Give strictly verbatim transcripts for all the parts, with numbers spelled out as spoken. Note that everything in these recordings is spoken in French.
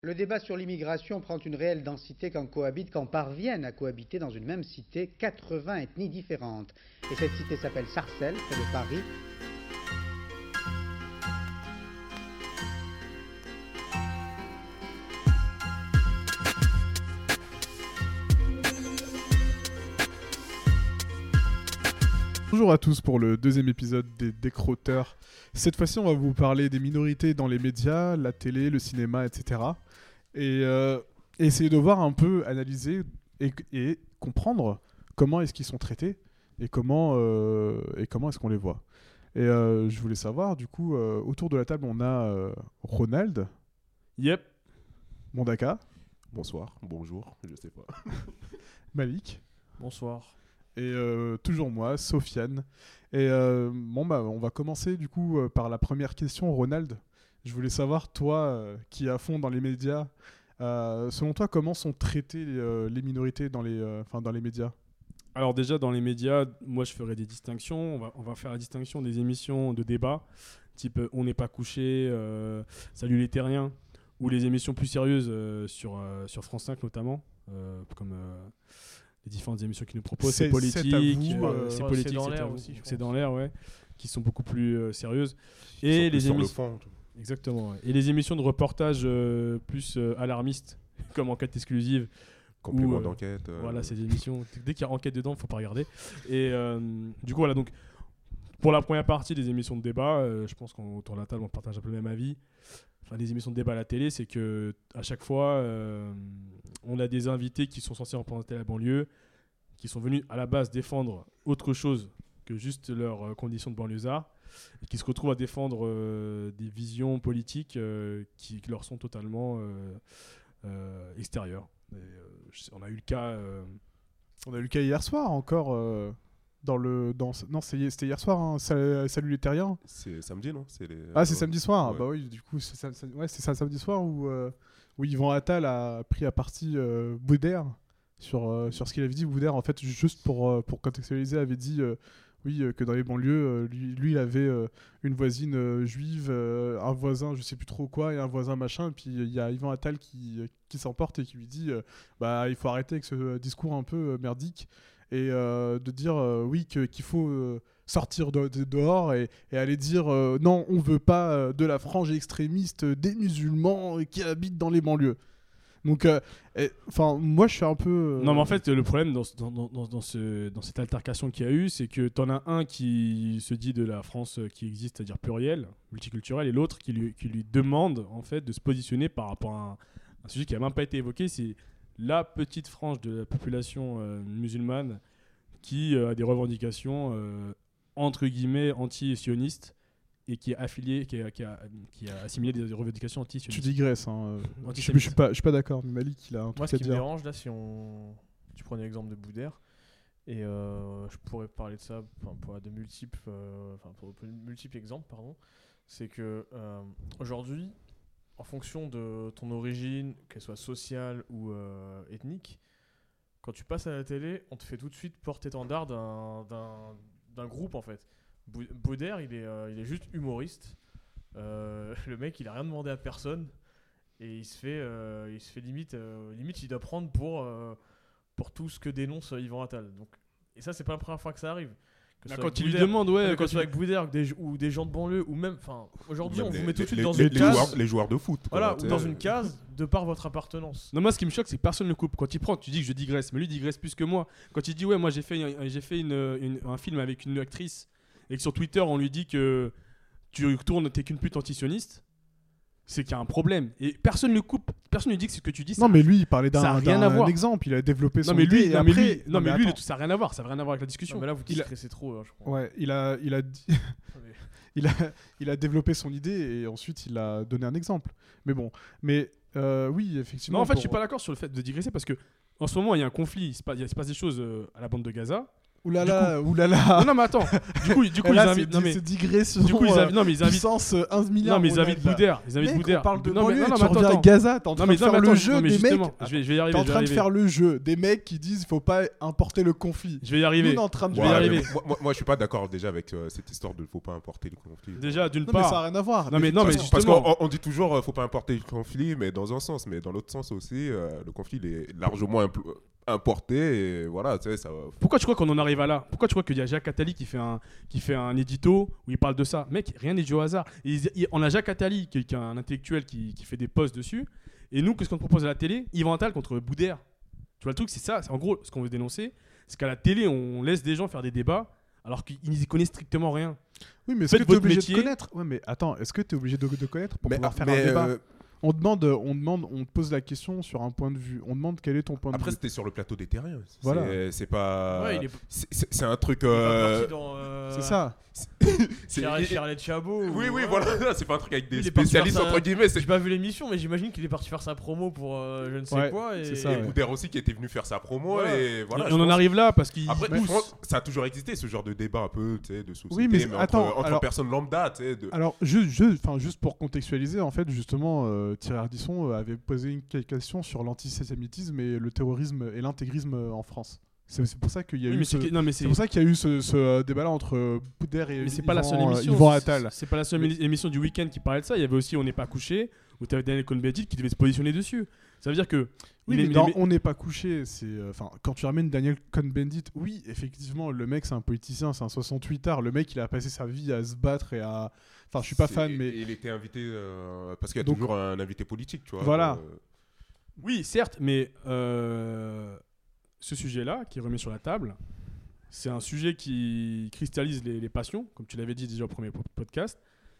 Le débat sur l'immigration prend une réelle densité quand cohabitent, quand parviennent à cohabiter dans une même cité quatre-vingts ethnies différentes. Et cette cité s'appelle Sarcelles, près de Paris. Bonjour à tous pour le deuxième épisode des Décrotteurs. Cette fois-ci, on va vous parler des minorités dans les médias, la télé, le cinéma, et cetera. Et euh, essayer de voir un peu, analyser et, et comprendre comment est-ce qu'ils sont traités et comment, euh, et comment est-ce qu'on les voit. Et euh, je voulais savoir, du coup, euh, autour de la table, on a euh, Ronald. Yep. Mondaka. Bonsoir, bonjour, je sais pas. Malik. Bonsoir. Et euh, toujours moi, Sofiane. Et euh, bon, bah, on va commencer du coup euh, par la première question, Ronald. Je voulais savoir, toi, euh, qui es à fond dans les médias, euh, selon toi, comment sont traitées les, euh, les minorités dans les, euh, dans les médias ? Alors déjà, dans les médias, moi je ferai des distinctions. On va, on va faire la distinction des émissions de débat, type euh, On n'est pas couché, euh, Salut les terriens, ou les émissions plus sérieuses euh, sur, euh, sur France cinq notamment, euh, comme... Euh, les différentes émissions qu'ils nous proposent, c'est, c'est politique, vous, euh, c'est, politique, c'est dans c'est l'air à vous, aussi, je c'est pense. dans l'air, ouais, qui sont beaucoup plus euh, sérieuses. Ils Et sont les plus sur le émissions, fond. exactement. Ouais. Et les émissions de reportage euh, plus euh, alarmistes, comme Enquête exclusive. Complément ou, euh, d'enquête. Euh... Voilà, ces émissions. Dès qu'il y a enquête dedans, faut pas regarder. Et euh, du coup, voilà. Donc, pour la première partie des émissions de débat, euh, je pense qu'autour de la table, on partage un peu le même avis. Enfin, les émissions de débat à la télé, c'est que à chaque fois, euh, on a des invités qui sont censés représenter la banlieue, qui sont venus à la base défendre autre chose que juste leurs euh, conditions de banlieusards, et qui se retrouvent à défendre euh, des visions politiques euh, qui, qui leur sont totalement euh, euh, extérieures. Et, euh, je sais, on a eu le cas... Euh... On a eu le cas hier soir encore, euh, dans le... Dans, non, c'est, c'était hier soir, hein, Salut, Salut les terriens. C'est samedi, non c'est les, Ah, c'est euh, samedi soir. Ouais. Bah oui, du coup, c'est ça, ça, ouais, c'est ça samedi soir où, euh, où Yvan Attal a pris à partie euh, Boudère. Sur, euh, sur ce qu'il avait dit. Boudère, en fait, juste pour, euh, pour contextualiser, avait dit euh, oui, euh, que dans les banlieues, euh, lui, lui, il avait euh, une voisine euh, juive, euh, un voisin, je sais plus trop quoi, et un voisin machin. Et puis il y a Yvan Attal qui, qui s'emporte et qui lui dit euh, bah, il faut arrêter avec ce discours un peu euh, merdique et euh, de dire euh, oui, que, qu'il faut euh, sortir de, de, dehors et, et aller dire euh, non, on veut pas euh, de la frange extrémiste des musulmans qui habitent dans les banlieues. Donc, enfin, euh, moi, je suis un peu. Euh... Non, mais en fait, le problème dans, dans, dans, dans, ce, dans cette altercation qu'il y a eu, c'est que t'en as un qui se dit de la France qui existe, c'est-à-dire plurielle, multiculturelle, et l'autre qui lui, qui lui demande en fait de se positionner par rapport à un, un sujet qui n'a même pas été évoqué. C'est la petite frange de la population euh, musulmane qui euh, a des revendications euh, entre guillemets anti-sionistes. Et qui est affilié, qui a, qui, a, qui a assimilé des revendications anti-sionistes. Tu digresses, hein. Je, je, je suis pas, je suis pas d'accord. Mais Malik, il a un truc Moi, ce à qui dire. me dérange là, si on, tu prenais l'exemple de Boudère, et euh, je pourrais parler de ça, pour de multiples, euh, enfin pour de multiples exemples, pardon. C'est que euh, aujourd'hui, en fonction de ton origine, qu'elle soit sociale ou euh, ethnique, quand tu passes à la télé, on te fait tout de suite porte-étendard d'un, d'un, d'un groupe en fait. Boudère, il est, euh, il est juste humoriste. Euh, le mec, il a rien demandé à personne et il se fait, euh, il se fait limite, euh, limite, il doit prendre pour, euh, pour tout ce que dénonce Yvan Attal. Donc, et ça, c'est pas la première fois que ça arrive. Que Là, quand il lui demande, ouais, quand tu es avec Boudère des, ou des gens de banlieue ou même, enfin, aujourd'hui, on les, vous met tout de suite les, dans les, une les case. Joueurs, les joueurs de foot. Quoi, voilà, ou dans une case de par votre appartenance. Non, moi, ce qui me choque, c'est que personne ne le coupe. Quand il prend, tu dis que je digresse, mais lui digresse plus que moi. Quand il dit, ouais, moi, j'ai fait, j'ai fait une, une, un film avec une actrice. Et que sur Twitter, on lui dit que tu tournes, t'es qu'une pute antisioniste, c'est qu'il y a un problème. Et personne ne le coupe, personne ne dit que ce que tu dis. Non, mais lui, il parlait d'un, ça a rien d'un à voir. exemple, il a développé son non, mais lui, idée. Non, après, mais lui, non, non, mais mais lui attends. le, ça n'a rien à voir, ça n'a rien à voir avec la discussion. Non, mais là, vous Il a- digressez trop, hein, je crois. Ouais, il a, il a, dit- il a, il a développé son idée et ensuite il a donné un exemple. Mais bon, mais euh, oui, effectivement. Non, en fait, pour- je suis pas d'accord sur le fait de digresser parce que en ce moment, il y a un conflit, il se passe, il se passe des choses euh, à la bande de Gaza. Oulala, oulala. Non, non, mais attends. Du coup, du coup Et ils là, invitent. c'est, Non, mais c'est digression. du coup, ils euh, invitent. Non, mais ils invitent. puissance euh, un milliard. Non, mais ils mon invitent gars. Boudère. Ils invitent Mec, Boudère. on parle de Non, mais banlieue, non, non, tu mais attends, reviens à attends. Gaza, t'es en train Non, mais de faire non, mais le attends, jeu non, mais des mecs. justement, je vais, je vais y T'es arriver. en je vais train de y faire arriver. le jeu des mecs qui disent il faut pas importer le conflit. Je vais y Nous, arriver. on est en train de Je vais y Ouais, arriver. mais Moi, moi, moi, je suis pas d'accord déjà avec euh, cette histoire de faut pas importer le conflit. Déjà, d'une Non, mais ça n'a part. rien à voir. Non, mais non, mais Parce, parce justement. qu'on on dit toujours euh, faut pas importer le conflit, mais dans un sens, mais dans l'autre sens aussi, euh, le conflit il est largement impl- importé et voilà, tu sais, ça. Pourquoi tu crois qu'on en arrive à là? Pourquoi tu crois qu'il y a Jacques Attali qui fait un, qui fait un édito où il parle de ça? Mec, rien n'est dû au hasard. Et il- il- on a Jacques Attali qui, qui est un intellectuel qui, qui fait des posts dessus. Et nous, qu'est-ce qu'on te propose à la télé? Yvan Attal contre Boudère. Tu vois le truc, c'est ça. C'est en gros, ce qu'on veut dénoncer, c'est qu'à la télé, on laisse des gens faire des débats alors qu'ils n'y connaissent strictement rien. Oui, mais est-ce Faites que tu es votre obligé métier. de connaître? Ouais, mais attends, est-ce que tu es obligé de, de connaître pour Mais, pouvoir faire mais, un débat? euh, On demande, on demande, on te pose la question sur un point de vue. On demande quel est ton point après, de vue. c'était sur le plateau des terriens. C'est, Voilà. c'est pas. Ouais, il est, c'est, c'est- c'est un truc. il est pas euh, parti dans. Euh, C'est ça. c'est- Charlie, il- Charlie Chabot. Oui, ou- oui, ouais. voilà. C'est pas un truc avec des Il est parti spécialistes faire ça- entre guillemets. C'est J'ai pas vu l'émission, mais j'imagine qu'il est parti faire sa promo pour euh, je ne sais Ouais, quoi. Et... c'est ça, et ouais. Boudère aussi qui était venu faire sa promo Voilà. et voilà. et je on en pense- arrive là parce qu'ils Après, poussent. je pense que ça a toujours existé ce genre de débat un peu, tu sais, de société, Oui, mais mais, attends, entre, entre alors- personnes lambda, tu sais. De... Alors, juste, juste, enfin, juste pour contextualiser, en fait, justement, euh, Thierry Ardisson euh, avait posé une question sur l'antisémitisme et le terrorisme et l'intégrisme euh, en France. C'est c'est pour ça qu'il y a Oui, eu mais ce, c'est que- non, mais c'est c'est pour ça qu'il y a eu ce, ce, euh, débat-là entre euh, Boudère et mais c'est Yvan, pas la seule euh, émission. Yvan c'est- Attal. C'est pas la seule émi- émission du week-end qui parlait de ça. Il y avait aussi On n'est pas couché où tu avais Daniel Cohn-Bendit qui devait se positionner dessus. Ça veut dire que Oui, les- mais les- dans les- On n'est pas couché, c'est enfin quand tu ramènes Daniel Cohn-Bendit, oui, effectivement, le mec c'est un politicien, c'est un soixante-huit art, le mec il a passé sa vie à se battre et à enfin je suis pas C'est- fan mais Il était invité euh, parce qu'il y a Donc- toujours un invité politique, tu vois. Voilà. euh, Oui, certes, mais euh, ce sujet-là qui est remis sur la table, c'est un sujet qui cristallise les, les passions, comme tu l'avais dit déjà au premier po- podcast.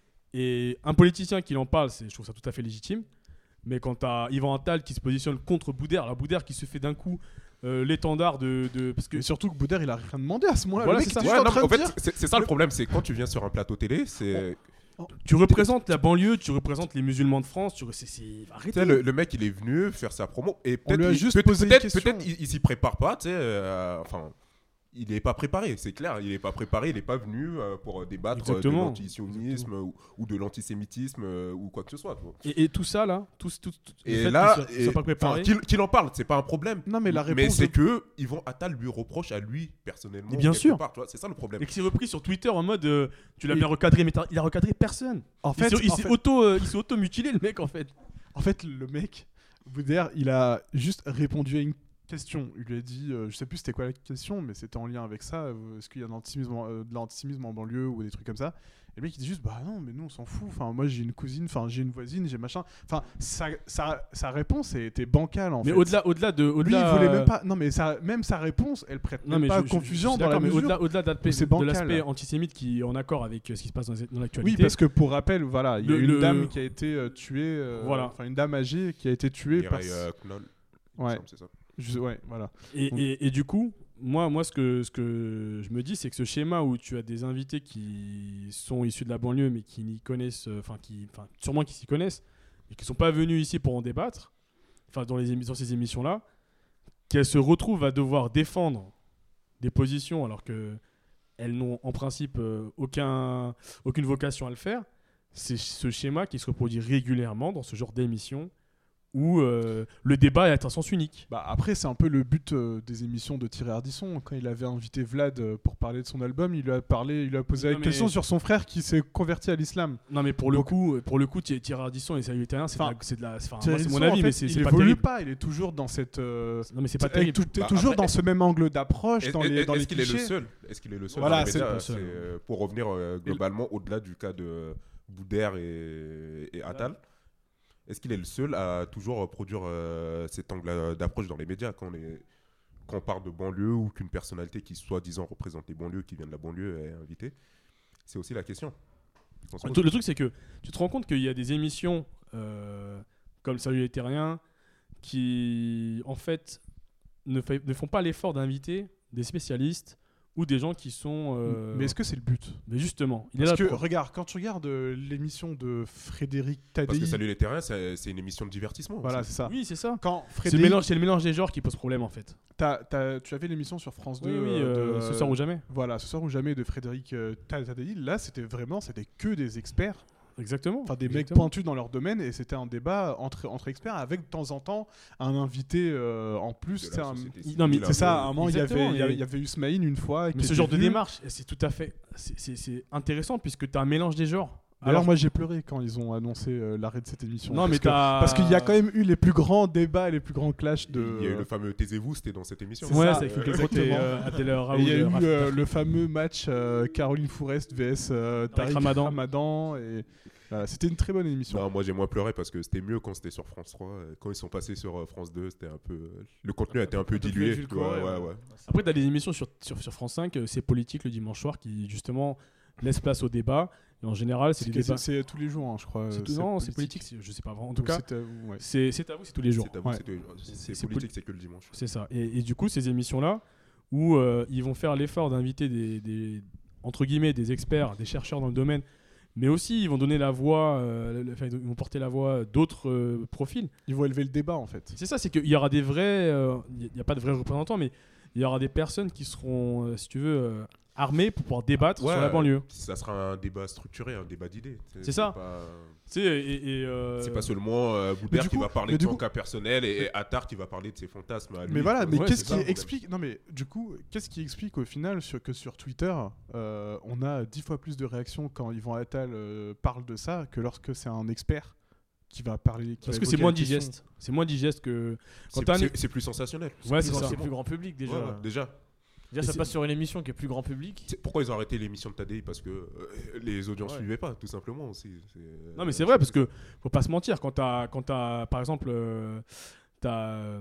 Et un politicien qui en parle, c'est, je trouve ça tout à fait légitime. Mais quand tu as Yvan Attal qui se positionne contre Boudère, la Boudère qui se fait d'un coup euh, l'étendard de, de- Parce que et surtout que Boudère il a rien demandé à ce moment-là. Voilà, le mec c'est ça. était Ouais, juste non, en train mais en de fait, dire- c'est c'est ça le problème, c'est quand tu viens sur un plateau télé, c'est. tu représentes la banlieue, tu représentes les musulmans de France, tu re- c'est, c'est... Tu Arrêtez. sais, le, le mec, il est venu faire sa promo et On lui peut-être a il- juste peut- posé une peut-être, question. peut-être il, il s'y prépare pas, tu sais. euh, enfin, il n'est pas préparé, c'est clair. Il n'est pas préparé, il n'est pas venu euh, pour débattre euh, de Exactement. l'antisionisme ou, ou de l'antisémitisme euh, ou quoi que ce soit. tu vois. Et, et tout ça là, tout, tout, tout- le Et fait là, qu'il soit- qu'il et- soit pas enfin, préparé. qu'il qu'il en parle, c'est pas un problème. Non mais la Mais réponse c'est de- que Yvan Attal lui reproche à lui personnellement. Mais bien quelque sûr. part, tu vois, c'est ça le problème. Et qui s'est repris sur Twitter en mode euh, tu l'as Et- bien recadré, mais t'as- il a recadré personne. en Il fait, s'est- il en s'est fait- auto, euh, il s'est auto-mutilé le mec en fait. En fait, le mec, Boudère, il a juste répondu à une question. Il lui a dit, euh, je sais plus c'était quoi la question, mais c'était en lien avec ça. euh, Est-ce qu'il y a de l'antisémitisme en, euh, de l'antisémitisme en banlieue ou des trucs comme ça? Et le mec, il dit juste, bah non, mais nous, on s'en fout. Enfin, moi, j'ai une cousine, enfin, j'ai une voisine, j'ai machin. Enfin, sa, sa, sa réponse était bancale, en Mais fait. au-delà, au-delà de, Lui, au-delà, il voulait même pas. Non, mais ça, même sa réponse, elle prête Non, même mais pas je- à je- confusion je suis dans la d'accord, mais mesure. au-delà, au-delà de l'aspect, c'est de bancal. l'aspect antisémite qui est en accord avec euh, ce qui se passe dans, dans l'actualité. Oui, parce que pour rappel, voilà, il y a Le- une le- dame qui a été euh, tuée. euh, Voilà. Enfin, une dame âgée qui a été tuée par. Mireille, euh, Knoll, il me Ouais. semble, c'est ça. Je- ouais, voilà. Et, et, et du coup, moi, moi ce, que, ce que je me dis, c'est que ce schéma où tu as des invités qui sont issus de la banlieue, mais qui n'y connaissent, euh, enfin, qui, enfin, sûrement qui s'y connaissent, et qui ne sont pas venus ici pour en débattre, enfin, dans, les émi- dans ces émissions-là, qu'elles se retrouvent à devoir défendre des positions alors qu'elles n'ont en principe euh, aucun, aucune vocation à le faire, c'est ce schéma qui se reproduit régulièrement dans ce genre d'émissions où euh, le débat est à sens unique. Bah après, c'est un peu le but euh, des émissions de Thierry Ardisson. Quand il avait invité Vlad euh, pour parler de son album, il lui a parlé, il lui a posé Non, une mais- question sur son frère qui s'est converti à l'islam. Non mais pour le Donc- coup, pour le coup, Thierry Thierry Ardisson et Salutarien, c'est de Enfin, la- c'est de la, enfin, Thierry moi, c'est mon Ardisson, en avis, fait, mais c'est c'est il pas évolue terrible. pas. Il est toujours dans cette. euh, Non mais c'est pas t'es- terrible. t'es t'es Bah, toujours après- dans ce même angle d'approche Est- dans est- les dans Est-ce les qu'il est le clichés. seul Est-ce qu'il est le seul Voilà, dans les c'est médias, le seul. c'est, euh, pour revenir euh, globalement au-delà du cas de Boudère et, et Attal. Est-ce qu'il est le seul à toujours produire euh, cet angle d'approche dans les médias quand on, est, quand on parle de banlieue ou qu'une personnalité qui soi-disant représente les banlieues, qui vient de la banlieue, est invitée? C'est aussi la question. On se Le pose. truc, le truc, c'est que tu te rends compte qu'il y a des émissions euh, comme Salut les Terriens qui, en fait, ne, fait- ne font pas l'effort d'inviter des spécialistes ou des gens qui sont. euh, Mais est-ce que c'est le but? Mais justement, il est Parce là. que pour- regarde, quand tu regardes euh, l'émission de Frédéric Parce que Tadei, Salut les terrains, c'est c'est une émission de divertissement. voilà, aussi. c'est ça. Oui, c'est ça. Quand C'est le, Frédéric, mélange, c'est le mélange des genres qui pose problème en fait. t'as- t'as- tu avais l'émission sur France deux, Oui, oui, euh, euh, de- ce soir ou jamais. Voilà, ce soir ou jamais de Frédéric euh, Tadei. Là, c'était vraiment, c'était que des experts. Exactement. Enfin, des mecs Exactement. pointus dans leur domaine, et c'était un débat entre, entre experts avec de temps en temps un invité euh, en plus. De c'est la un- société non, mais civile, C'est ça, à un peu- moment, il y, avait, Exactement, il y avait- et- il y avait Usmaïn une fois. qui Mais ce était genre de venu. démarche, c'est tout à fait. c'est- C'est c'est intéressant puisque tu as un mélange des genres. D'ailleurs, moi j'ai pleuré quand ils ont annoncé euh, l'arrêt de cette émission. Non, mais parce que- t'as. Parce qu'il y a quand même eu les plus grands débats et les plus grands clashs de. Il y a eu le fameux Taisez-vous, c'était dans cette émission. C'est Ouais, ça, c'est avec Phil exactement. Capote et euh, Adèle Et Raoul. il y a eu Raph- euh, le fameux match euh, Caroline Fourest vs euh, Tariq Ramadan. Ramadan. Et voilà, c'était une très bonne émission. Non, moi j'ai moins pleuré parce que c'était mieux quand c'était sur France trois. Quand ils sont passés sur euh, France deux, c'était un peu. euh, Le contenu a été un peu Un peu plus dilué. édulcoré, Ouais, ouais, ouais. ouais. Après, tu as des émissions sur, sur, sur France cinq, euh, c'est politique le dimanche soir qui justement laisse place au débat. Et en général, c'est C'est des débats. c'est- c'est tous les jours, hein, je crois. C'est euh, tout- non, c'est politique, c'est- je sais pas vraiment. En tout Ou cas, c'est à vous, ouais. c'est c'est à vous, c'est tous les jours. C'est à vous, Ouais. c'est- C'est- C'est c'est politique, c'est que le dimanche. C'est ça. Et, et du coup, ces émissions-là, où euh, ils vont faire l'effort d'inviter des, des, entre guillemets, des experts, des chercheurs dans le domaine, mais aussi ils vont donner la voix, euh, le- enfin, ils vont porter la voix d'autres euh, profils. Ils vont élever le débat en fait. C'est ça, c'est qu'il y aura des vrais, euh, il n'y a pas de vrais représentants, mais il y aura des personnes qui seront, euh, si tu veux, euh, armées pour pouvoir débattre Ouais, sur la banlieue. Ça sera un débat structuré, un débat d'idées. C'est ça. pas- Tu sais, et, et, euh, C'est pas seulement euh, Boudère du qui coup- va parler mais de du son coup- cas personnel et, et Attard qui va parler de ses fantasmes. à lui. Mais voilà, mais Ouais, qu'est-ce c'est qui ça, le explique Non, mais du coup, qu'est-ce qui explique au final sur, que sur Twitter, euh, on a dix fois plus de réactions quand Yvan Attal euh, parle de ça que lorsque c'est un expert qui va parler. qui parce va que c'est évoquer moins la question. digeste. C'est moins digeste que. Quand C'est- t'as un- c'est- C'est plus sensationnel. Ouais, c'est Plus- ça. C'est plus grand public déjà. Ouais, ouais, déjà. Déjà, Et ça c'est- passe sur une émission qui est plus grand public. C'est- Pourquoi ils ont arrêté l'émission de Tadei? Parce que euh, les audiences Ouais. suivaient pas, tout simplement aussi. C'est- Non, mais c'est vrai, parce que faut pas se mentir. Quand t'as, quand t'as, par exemple, euh, t'as, euh,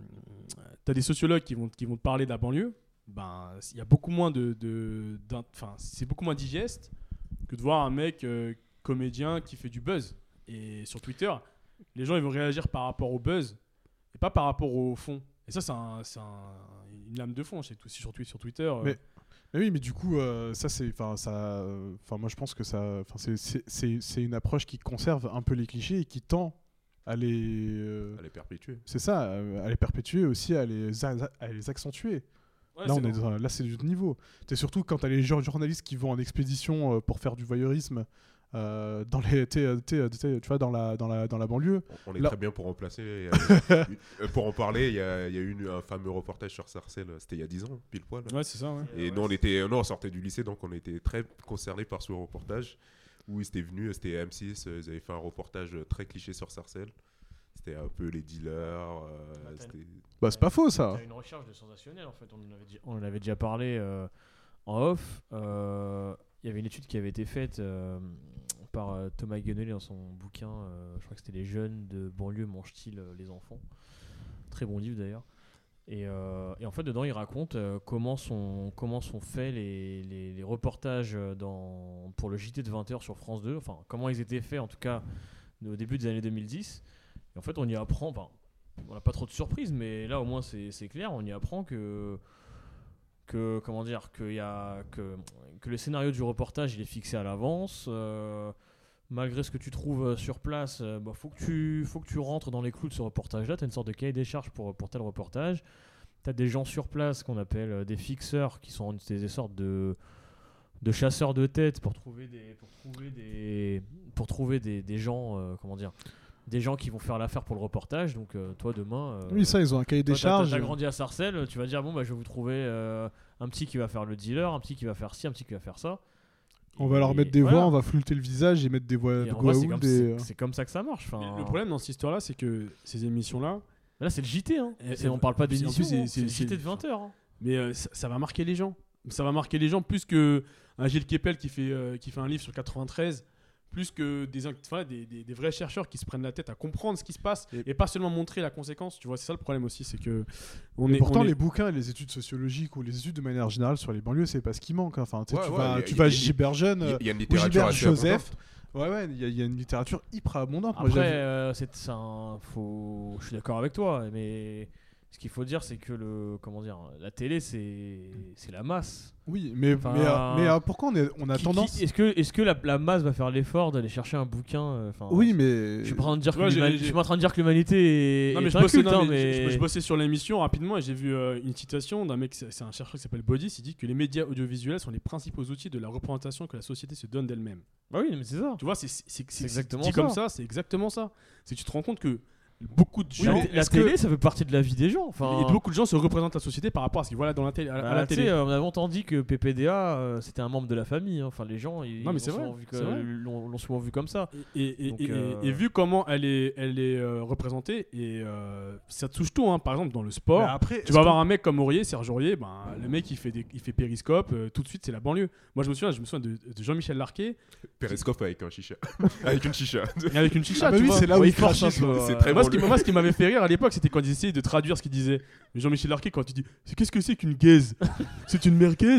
t'as des sociologues qui vont, qui vont te parler de la banlieue, ben, il y a beaucoup moins de, de, d'in- enfin, c'est beaucoup moins digeste que de voir un mec euh, comédien qui fait du buzz. Et sur Twitter, les gens ils vont réagir par rapport au buzz et pas par rapport au fond. Et ça, c'est, un, c'est un- une lame de fond, c'est tout, sur, Twi- sur Twitter. euh, Mais- Mais oui, mais du coup, euh, ça c'est, enfin ça, enfin moi je pense que ça, enfin c'est, c'est, c'est, c'est une approche qui conserve un peu les clichés et qui tend à les, euh, Elle est perpétuée. c'est ça, euh, à les perpétuer aussi, à les, a- à les accentuer. ouais, là, c'est on est bon. dans- là, c'est du niveau. C'est surtout quand t'as les jour- journalistes qui vont en expédition euh, pour faire du voyeurisme euh, dans les, t'es- t'es- t'es- tu vois, dans la, dans la, dans la banlieue. On on est Là- très bien pour remplacer. Il y a- euh, pour en parler, il y a, il y a eu une- un fameux reportage sur Sarcelles, c'était il y a dix ans, pile poil. Ouais, c'est ça, ouais. Et nous, on, était, nous, on sortait du lycée, donc on était très concernés par ce reportage où ils étaient venus, c'était M six, euh, ils avaient fait un reportage très cliché sur Sarcelles. C'était un peu les dealers. euh, Bah, t'as- c'était- Bah c'est pas faux ça. Il y a une recherche de sensationnel en fait, on en avait, déjà- on en avait déjà parlé euh, en off. Euh, Il y avait une étude qui avait été faite euh, par euh, Thomas Guenelé dans son bouquin, euh, je crois que c'était Les jeunes de banlieue mangent-ils euh, les enfants. Très bon livre d'ailleurs. Et, euh, et en fait, dedans, il raconte euh, comment, sont, comment sont faits les, les, les reportages dans, pour le J T de vingt heures sur France deux, enfin, comment ils étaient faits en tout cas au début des années deux mille dix. Et en fait, on y apprend, enfin, on n'a pas trop de surprises, mais là au moins c'est c'est clair, on y apprend que, que comment dire, que, y a, que, que le scénario du reportage il est fixé à l'avance. Euh, malgré ce que tu trouves euh, sur place, euh, bah, faut, que tu, faut que tu rentres dans les clous de ce reportage-là. Tu as une sorte de cahier des charges pour, pour tel reportage. Tu as des gens sur place qu'on appelle euh, des fixeurs qui sont des, des sortes de, de chasseurs de tête pour trouver des, pour trouver des, pour trouver des, des gens, euh, comment dire, des gens qui vont faire l'affaire pour le reportage. Donc euh, toi demain, euh, Oui, ça, ils ont un cahier des toi, t'as- charges. T'as grandi à Sarcelles, tu vas dire bon bah je vais vous trouver euh, un petit qui va faire le dealer, un petit qui va faire ci, un petit qui va faire ça. On va leur Et mettre des voilà. voix, on va flouter le visage et mettre des voix Et de en vrai, c'est Goa'uld. comme, des- c'est- c'est comme ça que ça marche. Enfin, Mais le problème dans cette histoire-là, c'est que ces émissions-là, là c'est le J T, hein. Et- C'est- on parle pas en plus, d'émission, c'est- hein. c'est- c'est le c'est- J T de vingt heures. Hein. mais euh, ça, ça va marquer les gens. Ça va marquer les gens plus que un Gilles Kepel qui fait, euh, qui fait un livre sur quatre-vingt-treize, plus que des, inc- voilà, des, des, des vrais chercheurs qui se prennent la tête à comprendre ce qui se passe Et- et, pas seulement montrer la conséquence. Tu vois, c'est ça le problème aussi, c'est que on Mais est, pourtant, on est- les bouquins et les études sociologiques ou les études de manière générale sur les banlieues, c'est pas ce qui manque. hein. Enfin, tu sais, Ouais, tu ouais, vas, y a- tu y- vas à y- Giberjeune Il y a- euh, il y a une ou littérature Gilbert assez Joseph. abondante. Ouais, ouais, il y, a- il y a une littérature hyper abondante. Moi, Après, j'avais- euh, c'est, c'est un- faut, je suis d'accord avec toi, mais ce qu'il faut dire, c'est que le, comment dire, la télé, c'est, c'est la masse. Oui, mais, Enfin, mais, euh, mais, euh, pourquoi on, est, on a Qui- tendance. qui- est-ce que, est-ce que la, la masse va faire l'effort d'aller chercher un bouquin euh, enfin, Oui, mais. Je suis pas en train de dire Tu que vois, l'huma- j'ai- je suis pas en train de dire que l'humanité est, Non mais, est je bossais, inculte, non, hein, mais je- mais je bossais sur l'émission rapidement et j'ai vu euh, une citation d'un mec, c'est c'est un chercheur qui s'appelle Bodis, il dit que les médias audiovisuels sont les principaux outils de la représentation que la société se donne d'elle-même. bah oui, mais c'est ça. Tu vois, c'est c'est- c'est- c'est- exactement dit ça. comme ça, c'est exactement ça. C'est que tu te rends compte que beaucoup de Oui, gens, la, la est-ce que- télé, ça fait partie de la vie des gens. Enfin, et beaucoup de gens se représentent la société par rapport à ce qu'ils voient là dans la télé, à, à bah, la tu sais, télé. euh, on avait entendu que P P D A euh, c'était un membre de la famille. hein. Enfin, les gens, ils Non, mais l'ont c'est souvent vrai, vu que- c'est vrai. l'ont l'ont souvent vu comme ça. Et, et- Donc, et- euh, et vu comment elle est, elle est euh, représentée, et euh, ça touche tout, hein. Par exemple dans le sport, Mais après, tu est-ce vas que- avoir un mec comme Aurier, Serge Aurier, ben, le mec il fait, des, il fait périscope, euh, tout de suite c'est la banlieue. Moi je me souviens, je me souviens de, de Jean-Michel Larquet, Périscope avec un chicha. Avec une chicha. avec une chicha, Ah bah tu oui, vois. c'est là où Ouais, il il force crache un peu, un peu. ouais. C'est très Moi bon. ce, qui, moi, ce qui m'avait fait rire à l'époque, c'était quand ils essayaient de traduire ce qu'il disait. Mais Jean-Michel Larquet, quand il dit c'est qu'est-ce que c'est qu'une gaze C'est une merguez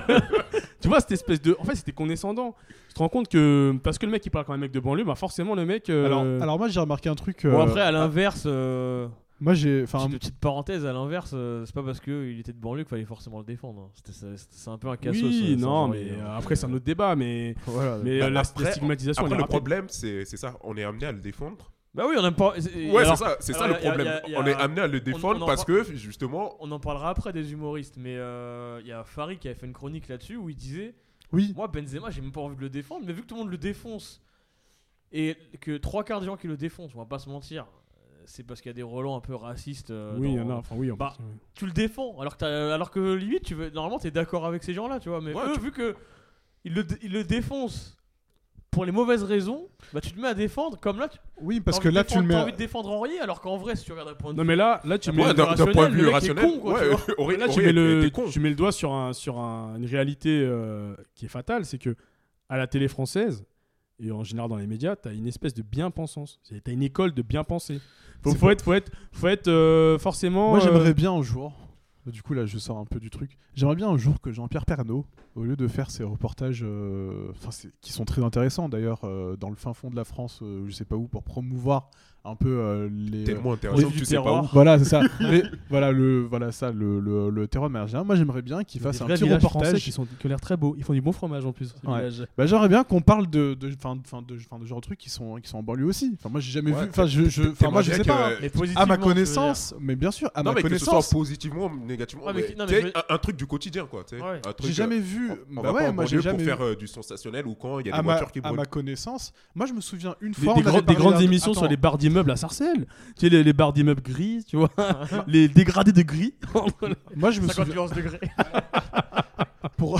Tu vois, cette espèce de. En fait, c'était condescendant. Tu te rends compte que. Parce que le mec il parle comme un mec de banlieue, bah forcément le mec. euh, Alors, alors moi j'ai remarqué un truc. Bon, euh, après, à l'inverse, euh, Moi j'ai. Enfin, petite, petite parenthèse, à l'inverse, euh, c'est pas parce qu'il était de banlieue qu'il fallait forcément le défendre. hein. C'était, c'est, c'est un peu un cassos. oui, euh, non, Serge mais Aurier, euh, hein. après c'est un autre débat, mais. Voilà. Mais Bah, euh, la, après- la stigmatisation, Après, elle est le rapide. problème, c'est c'est ça. On est amené à le défendre. Bah oui, on aime pas. Ouais, c'est ça, c'est ça alors, le y a- problème. y a- y a- On est amené à le défendre on en parce par- que, justement. On en parlera après des humoristes, mais il euh, y a Farid qui avait fait une chronique là-dessus où il disait oui. moi, Benzema, j'ai même pas envie de le défendre, mais vu que tout le monde le défonce et que trois quarts des gens qui le défoncent, on va pas se mentir, c'est parce qu'il y a des relents un peu racistes. euh, Oui, il y dans- en a, enfin oui, en Bah, partie, oui. Tu le défends, alors que, t'as- alors que limite, tu veux, normalement, t'es d'accord avec ces gens-là, tu vois. Mais Ouais, eux, tu- vu que ils le, ils le défoncent pour les mauvaises raisons, bah tu te mets à défendre comme là. Tu, Oui, parce t'as que envie de là tu le défendre- mets. t'as à- envie de défendre Henri, alors qu'en vrai, si tu regardes d'un point de Non, vue. mais là, là tu Ah, mets. ouais, Ouais, d'un d'un rationnel, point de le vue mec est rationnel, con, quoi, ouais, tu vois. Auré- Là, tu Auré mets, le, était con. tu mets le doigt sur, un, sur un- une réalité euh, qui est fatale, c'est que à la télé française, et en général dans les médias, tu as une espèce de bien-pensance. Tu as une école de bien-penser. Faut, C'est faut pas- être, faut être, faut être euh, forcément... Moi euh, j'aimerais bien un jour. Du coup là je sors un peu du truc. J'aimerais bien un jour que Jean-Pierre Pernaut, au lieu de faire ses reportages, euh, enfin c'est- qui sont très intéressants d'ailleurs, euh, dans le fin fond de la France, euh, je sais pas où, pour promouvoir un peu euh, les. Tellement euh, intéressant du que tu sais pas terroir. où. Voilà, c'est ça. Mais, voilà le, voilà ça, le, le, le terroir américain. Moi j'aimerais bien qu'il il y a fasse des un vrais petit villages français reportage. qui, sont, qui ont l'air très beaux. Ils font du bon fromage en plus. ces Ouais. villages. Bah, j'aimerais bien qu'on parle de, de, fin, fin, de, fin, de genre de trucs qui sont, qui sont en banlieue aussi. Enfin moi j'ai jamais Ouais, vu. Enfin je, je, enfin, T'aimerais moi je bien sais que- pas. hein. Mais À positivement, ma tu veux dire. connaissance, mais bien sûr, à Non, ma mais que ce soit connaissance. positivement ou négativement. Ouais, mais mais qui- non, tu mais sais, je veux- un, un truc du quotidien, quoi. tu sais. Ouais. Un truc, J'ai jamais vu. On, on Bah va ouais, pas en moi j'ai banlieue jamais pour vu. faire euh, du sensationnel ou quand il y a à des ma, voitures qui à brûlent. ma connaissance, moi je me souviens une Des, fois des on avait grandes- des parlé grandes d'un- émissions sur Attends. les barres d'immeubles à Sarcelles. Tu sais, les, les barres d'immeubles gris, tu vois. Les dégradés de gris. Moi je me cinquante souviens degrés. pour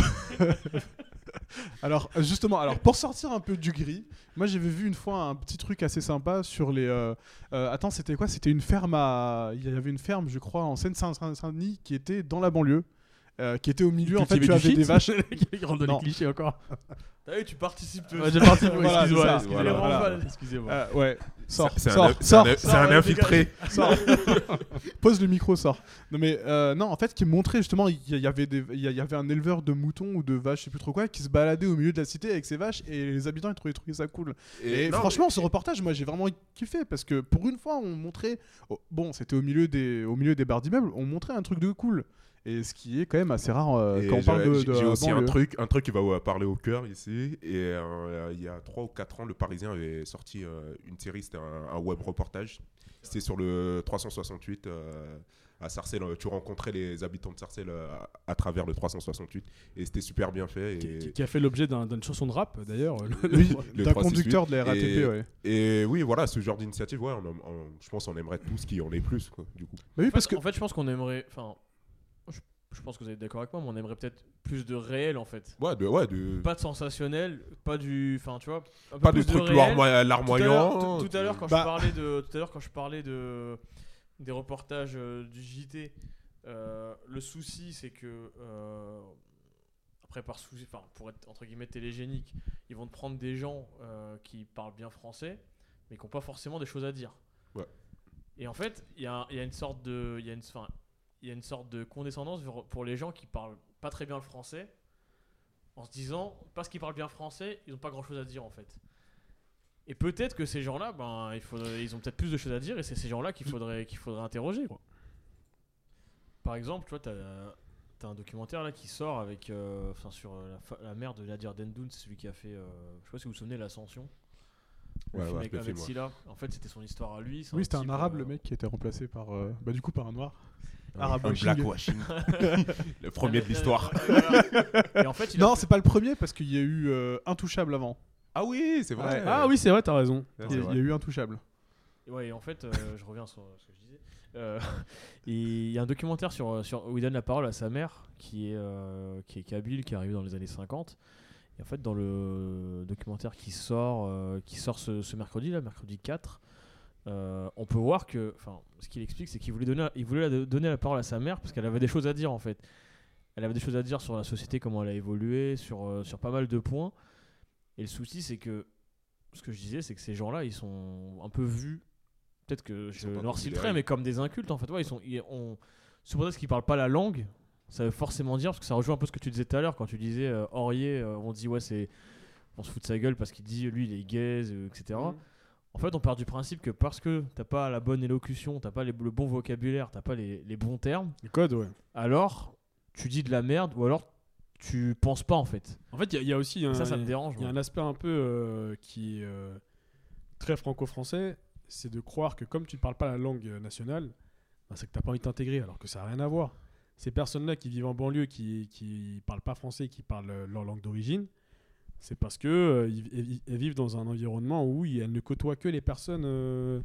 alors justement alors pour sortir un peu du gris, moi j'avais vu une fois un petit truc assez sympa sur les euh, euh, attends c'était quoi, c'était une ferme à il y avait une ferme je crois en Seine-Saint-Denis qui était dans la banlieue. Euh, qui était au milieu en fait tu avais des vaches. Ils rentrent dans Non. les clichés encore. T'as vu, tu participes. Ouais, j'ai parti. Voilà, Excuse-moi, c'est ça. excusez-moi. Voilà, voilà. Excusez-moi. Euh, ouais, sors, C'est- c'est un- sors, c'est sors, un- C'est sors, un ouais, infiltré. sors. Pose le micro, sors. Non mais euh, non, en fait, qui montrait justement, il y, y avait des, il y, y avait un éleveur de moutons ou de vaches, je sais plus trop quoi, qui se baladait au milieu de la cité avec ses vaches et les habitants ils trouvaient, trouvaient ça cool. Et, non, franchement, mais- ce reportage, moi, j'ai vraiment kiffé parce que pour une fois, on montrait, oh, bon, c'était au milieu des, au milieu des barres d'immeubles, on montrait un truc de cool. Et ce qui est quand même assez rare euh, Et quand on parle de. j'ai- de J'ai aussi un banlieue. truc, un truc qui va euh, parler au cœur ici. Et euh, il y a trois ou quatre ans, le Parisien avait sorti euh, une série, c'était un, un web reportage. C'était sur le trois cent soixante-huit euh, à Sarcelles. Tu rencontrais les habitants de Sarcelles euh, à, à travers le trois cent soixante-huit. Et c'était super bien fait. Qui, Et, qui- qui a fait l'objet d'un- d'une chanson de rap d'ailleurs. le- Oui, le d'un trois cent soixante-huit. conducteur de la R A T P, Et- ouais. et oui, voilà, ce genre d'initiative, ouais, on, on- je pense qu'on aimerait tous qu'il y en ait plus, quoi, du coup. Bah oui, En parce fait- que. En fait, je pense qu'on aimerait. Enfin, je, je pense que vous êtes d'accord avec moi, mais on aimerait peut-être plus de réel en fait. Ouais, de, ouais, de, Pas de sensationnel, pas du. Enfin, tu vois. un peu pas de plus trucs réel. larmoy- Tout larmoyants. à l'heure- tout- tout à l'heure, quand Bah. je parlais de, tout à l'heure quand je parlais de des reportages euh, du J T, euh, le souci c'est que euh, après par souci, enfin pour être entre guillemets télégénique, ils vont te prendre des gens euh, qui parlent bien français, mais qui n'ont pas forcément des choses à dire. Ouais. Et en fait, il y a, il y a une sorte de, il y a une, enfin, il y a une sorte de condescendance pour- pour les gens qui parlent pas très bien le français, en se disant parce qu'ils parlent bien français, ils n'ont pas grand chose à dire en fait. Et peut-être que ces gens-là, ben, il faudrait, ils ont peut-être plus de choses à dire, et c'est ces gens-là qu'il faudrait, qu'il faudrait interroger. Quoi. par exemple, tu vois, t'as, t'as un documentaire là qui sort avec, euh, enfin sur euh, la, fa- la mère de Nadir Dendoun, c'est celui qui a fait, euh, je sais pas si vous vous souvenez, l'Ascension. Le Ouais, film ouais, avec le Ahmed film, ouais. Silla. En fait, c'était son histoire à lui. c'est Oui, c'était un type, arabe, euh, le mec, qui était remplacé par. euh, Bah, du coup, par un noir. Un- Arabe un washing. black washing. Le premier de l'histoire. Et en fait, il a Non, fait- c'est pas le premier parce qu'il y a eu euh, Intouchable avant. Ah oui, c'est vrai. Ouais. Ah oui, c'est vrai, t'as raison. Ouais, Il c'est y, a- vrai. il y a eu Intouchable. Ouais, et en fait, euh, je reviens sur ce que je disais. Euh, Il y a un documentaire sur, sur, où il donne la parole à sa mère, qui est, euh, qui est kabyle, qui est arrivée dans les années cinquante. Et en fait, dans le documentaire qui sort, euh, qui sort ce, ce mercredi, là, mercredi quatre, euh, on peut voir que, enfin, ce qu'il explique, c'est qu'il voulait donner, il voulait la- donner la parole à sa mère parce qu'elle avait des choses à dire en fait. Elle avait des choses à dire sur la société, comment elle a évolué, sur, euh, sur pas mal de points. Et le souci, c'est que ce que je disais, c'est que ces gens-là, ils sont un peu vus. Peut-être que je sont pas noircis le considérés. trait, mais comme des incultes en fait. Ouais, ils sont, ils, on, sous prétexte qu'ils parlent pas la langue, ça veut forcément dire, parce que ça rejoint un peu ce que tu disais tout à l'heure quand tu disais euh, Aurier, euh, on dit ouais, c'est, on se fout de sa gueule parce qu'il dit lui il est gaze, euh, et cetera. Mm. En fait, on part du principe que parce que t'as pas la bonne élocution, t'as pas les- le bon vocabulaire, t'as pas les, les bons termes, Le code, ouais. alors tu dis de la merde ou alors tu penses pas en fait. En fait, il y, a- il y a aussi un, ça, ça me dérange. il y a moi. un aspect un peu euh, qui est euh, très franco-français, c'est de croire que comme tu ne parles pas la langue euh, nationale, bah, c'est que tu n'as pas envie de t'intégrer, alors que ça n'a rien à voir. Ces personnes-là qui vivent en banlieue, qui ne parlent pas français, qui parlent euh, leur langue d'origine, c'est parce que euh, ils- ils- elles vivent dans un environnement où ils- elles ne côtoient que les personnes euh,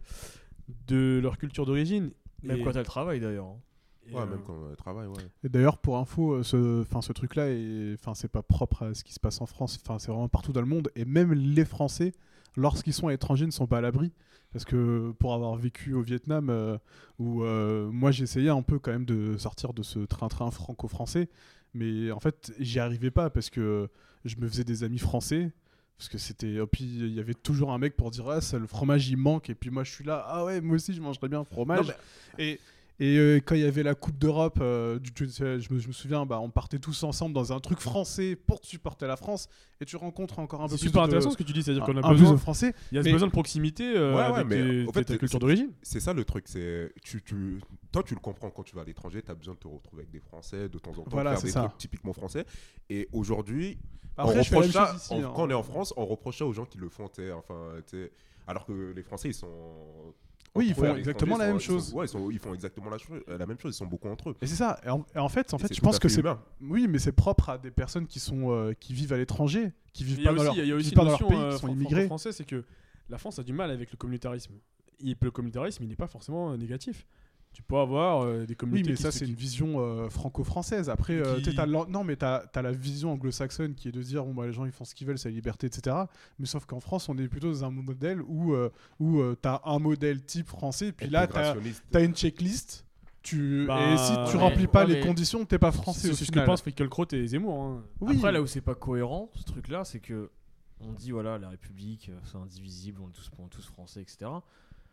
de leur culture d'origine. Même Et- quand elle travaille d'ailleurs. hein. et, Ouais, euh, même quand on travaille, ouais. Et d'ailleurs, pour info, euh, ce, enfin, ce truc-là, est- enfin, c'est pas propre à ce qui se passe en France. Enfin, c'est vraiment partout dans le monde. Et même les Français, lorsqu'ils sont à l'étranger, ne sont pas à l'abri. Parce que pour avoir vécu au Vietnam, euh, où euh, moi j'essayais un peu quand même de sortir de ce train-train franco-français, mais en fait j'y arrivais pas parce que je me faisais des amis français. Parce que c'était. Et puis il y avait toujours un mec pour dire ah, ça, le fromage il manque. Et puis moi je suis là, ah ouais, moi aussi je mangerais bien un fromage. Non, Et. Et euh, quand il y avait la Coupe d'Europe, euh, du- tu sais, je, me, je me souviens, bah, on partait tous ensemble dans un truc français pour supporter la France. Et tu rencontres encore un peu C'est plus super de, intéressant ce que tu dis, c'est-à-dire un, qu'on a un peu besoin, de français. il y a ce mais- besoin de proximité euh, Ouais, ouais, avec mais tes- en fait, ta c'est- culture c'est- d'origine. C'est ça le truc, c'est tu, tu, toi tu le comprends quand tu vas à l'étranger, tu as besoin de te retrouver avec des Français de temps en temps, Voilà, faire c'est des ça. trucs typiquement français. Et aujourd'hui, Après, on je fais la même reproche ça, chose ici, on- hein. quand on est en France, on reproche ça aux gens qui le font, tu sais, enfin, tu sais, alors que les Français ils sont. Oui, ils entre eux, font à exactement l'étranger, la même ils sont- chose. Ouais, ils, sont- ils font exactement la, cho- la même chose, ils sont beaucoup entre eux. Et c'est ça. Et en, et en fait, en Et fait c'est je tout pense à que fait c'est. humain. Oui, mais c'est propre à des personnes qui, sont, euh, qui vivent à l'étranger, qui vivent Il y a pas dans aussi, leur, il y a qui aussi vivent pas une dans leur notion pays, euh, qui sont fran- immigrés. franco-français, c'est que la France a du mal avec le communautarisme. Et le communautarisme, il n'est pas forcément euh, négatif. Tu peux avoir euh, des Oui, communautés mais qui ça, se- c'est qui- une vision euh, franco-française. Après, euh, Qui- t'sais, t'as l'an- non, mais tu as la vision anglo-saxonne qui est de dire bon, bah, les gens ils font ce qu'ils veulent, c'est la liberté, et cetera. Mais sauf qu'en France, on est plutôt dans un modèle où, euh, où euh, tu as un modèle type français, puis là, tu as, Intégrationniste. une checklist. Tu... Bah, et si tu ouais, remplis pas ouais, les mais conditions, t'es pas français C'est au c'est ce que final. pensent Finkielkraut et Zemmour. hein. Oui. Après, là où c'est pas cohérent, ce truc-là, c'est que on dit voilà, la République, euh, c'est indivisible, on est tous, on est tous français, et cetera.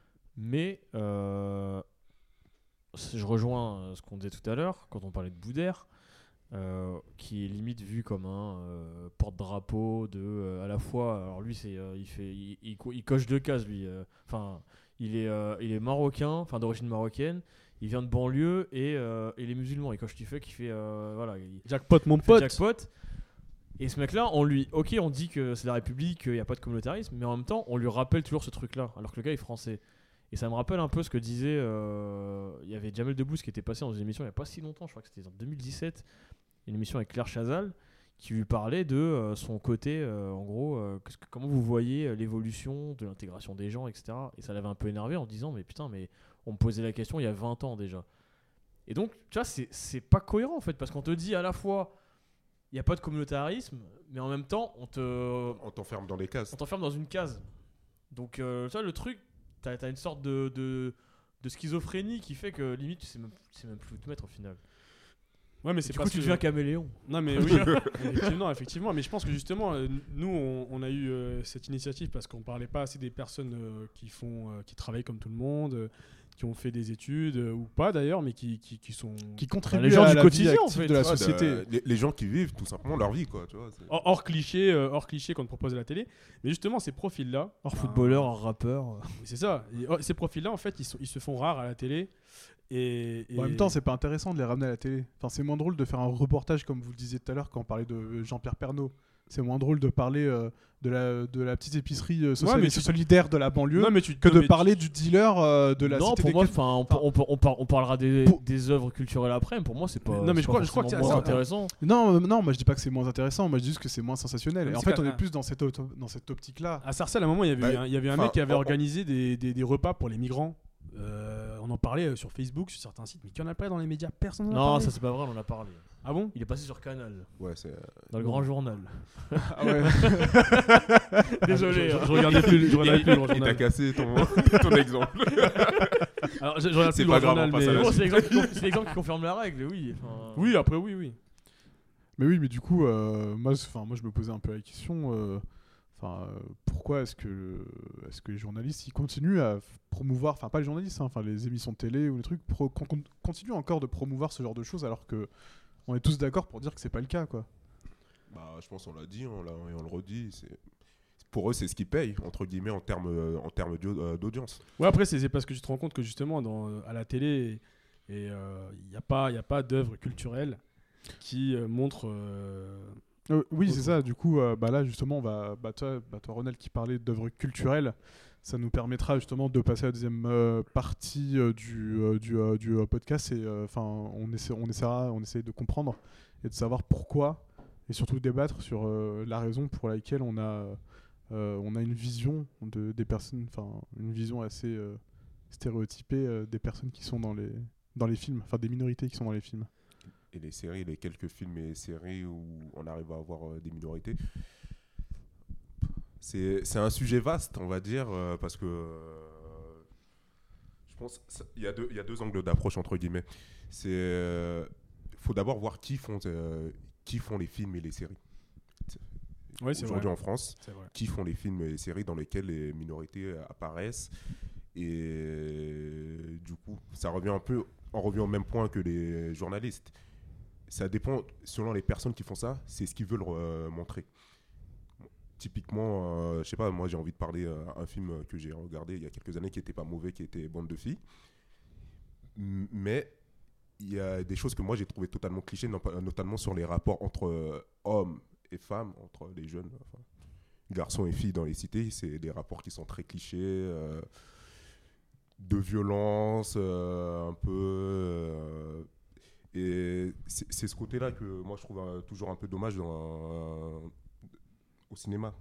Mais euh, c'est- je rejoins euh, ce qu'on disait tout à l'heure quand on parlait de Boudère, euh, qui est limite vu comme un euh, porte-drapeau de euh, à la fois. Alors lui, c'est euh, il fait, il, il co- il coche deux cases lui. euh, Enfin, il est, euh, il est marocain, enfin d'origine marocaine. Il vient de banlieue et, euh, et les musulmans. Il coche du fait, qui fait euh, voilà. il- Jackpot, mon fait pote. jackpot. Et ce mec-là, on lui, ok, on dit que c'est la République, qu'il n'y a pas de communautarisme, mais en même temps, on lui rappelle toujours ce truc-là, alors que le gars est français. Et ça me rappelle un peu ce que disait, euh, il y avait Jamel Debbouze qui était passé dans une émission il n'y a pas si longtemps, je crois que c'était en deux mille dix-sept, une émission avec Claire Chazal, qui lui parlait de euh, son côté, euh, en gros, euh, qu'est-ce que- comment vous voyez euh, l'évolution de l'intégration des gens, et cetera. Et ça l'avait un peu énervé en disant, mais putain, mais on me posait la question il y a vingt ans déjà. Et donc, tu vois, c'est, c'est pas cohérent en fait, parce qu'on te dit à la fois, il n'y a pas de communautarisme, mais en même temps, on te, On t'enferme dans des cases. on t'enferme dans une case. Donc, euh, tu vois, le truc, t'as, t'as une sorte de, de, de schizophrénie qui fait que limite, tu sais même, tu sais même plus où te mettre au final. Ouais, mais Et c'est du coup, parce tu que- deviens caméléon. Non mais oui, effectivement, effectivement. Mais je pense que justement, euh, nous, on, on a eu euh, cette initiative parce qu'on parlait pas assez des personnes euh, qui font, euh, qui travaillent comme tout le monde, euh, qui ont fait des études euh, ou pas d'ailleurs, mais qui, qui, qui sont Qui contribuent les gens à du la quotidien, vie en active fait. de la Ouais, de- société. les, les gens qui vivent tout simplement leur vie, quoi. Tu vois, c'est- hors, hors cliché, euh, hors cliché qu'on te propose à la télé. Mais justement, ces profils-là, Hors ben, footballeur, hors rappeur. c'est ça. Et, oh, ces profils-là, en fait, ils, sont- ils se font rares à la télé Et, et... Bon, en même temps, c'est pas intéressant de les ramener à la télé. Enfin, c'est moins drôle de faire un reportage, comme vous le disiez tout à l'heure, quand on parlait de Jean-Pierre Pernaut. C'est moins drôle de parler euh, de, la, de la petite épicerie euh, sociale Ouais, mais et tu- solidaire de la banlieue Non, mais tu, que non, de mais parler tu- du dealer euh, de la non, cité pour des moi, Quais. enfin, on, Enfin, on, on, par- on parlera des, Pour- des œuvres culturelles après. Mais pour moi, c'est pas. Non, mais c'est je pas crois- je crois forcément qu'il y a- moins c'est- intéressant. Non, euh, non, moi je dis pas que c'est moins intéressant, moi je dis juste que c'est moins sensationnel. Mais Et en c'est fait, qu'à- on est plus dans cette, auto- dans cette optique-là. À Sarcelles, à un moment, il y avait, Bah, eu un, il y avait un enfin, mec qui avait on- on- organisé des, des, des repas pour les migrants. Euh, on en parlait euh, sur Facebook, sur certains sites, mais qu'il n'y en a pas dans les médias. Personne n'en a Non, parlé. ça c'est pas vrai, on en a parlé. Ah bon? Il est passé sur Canal, Ouais, c'est. dans le grand journal. Ah ouais. Désolé. Je, hein. je, je regardais plus, je regardais plus le Il t'a journal. cassé ton, ton exemple. Alors, je, je regarde C'est plus pas le grave, journal, on passe à mais... la Bon, c'est l'exemple qui, conf- c'est l'exemple qui confirme la règle, oui. Enfin, Oui, après, oui, oui. Mais oui, mais du coup, euh, moi, c'est- enfin, moi je me posais un peu la question. euh, Enfin, euh, pourquoi est-ce que, le- est-ce que les journalistes ils continuent à f- promouvoir, enfin pas les journalistes, hein, enfin les émissions de télé ou les trucs, pro- con- con- continuent encore de promouvoir ce genre de choses alors que on est tous d'accord pour dire que c'est pas le cas, quoi. Bah, je pense qu'on l'a dit, on l'a, et on le redit. C'est... Pour eux, c'est ce qui paye, entre guillemets, en termes, euh, en termes d'au- euh, d'audience. Ouais, après, c'est, c'est parce que tu te rends compte que justement, dans, à la télé, il n'y a pas, y a pas d'œuvre culturelle qui euh, montre. euh, Euh, oui, c'est Autre ça. Du coup, euh, bah là, justement, on va, bah, toi, bah, toi, Ronald, qui parlait d'œuvres culturelles, ça nous permettra justement de passer à la deuxième euh, partie euh, du, euh, du, euh, du euh, podcast. Et euh, enfin, on, essaie, on essaiera, on essaie de comprendre et de savoir pourquoi, et surtout débattre sur euh, la raison pour laquelle on a, euh, on a une vision de, des personnes, enfin, une vision assez euh, stéréotypée euh, des personnes qui sont dans les, dans les films, enfin, des minorités qui sont dans les films. Et les séries, les quelques films et séries où on arrive à avoir euh, des minorités. C'est, c'est un sujet vaste, on va dire, euh, parce que euh, je pense qu'il y, a deux- il y a deux angles d'approche, entre guillemets. Il euh, faut d'abord voir qui font, euh, qui font les films et les séries. Ouais, c'est Aujourd'hui vrai. en France, C'est vrai. qui font les films et les séries dans lesquels les minorités euh, apparaissent. Et euh, du coup, ça revient un peu, on revient au même point que les journalistes. Ça dépend, selon les personnes qui font ça, c'est ce qu'ils veulent euh, montrer. Typiquement, euh, je sais pas, moi j'ai envie de parler euh, un film que j'ai regardé il y a quelques années qui était pas mauvais, qui était Bande de filles. M- Mais il y a des choses que moi j'ai trouvé totalement clichés, non- notamment sur les rapports entre euh, hommes et femmes, entre les jeunes, enfin, garçons et filles dans les cités. C'est des rapports qui sont très clichés, euh, de violence, euh, un peu. euh, Et c'est c'est ce côté-là que moi je trouve euh, toujours un peu dommage dans, euh, au cinéma.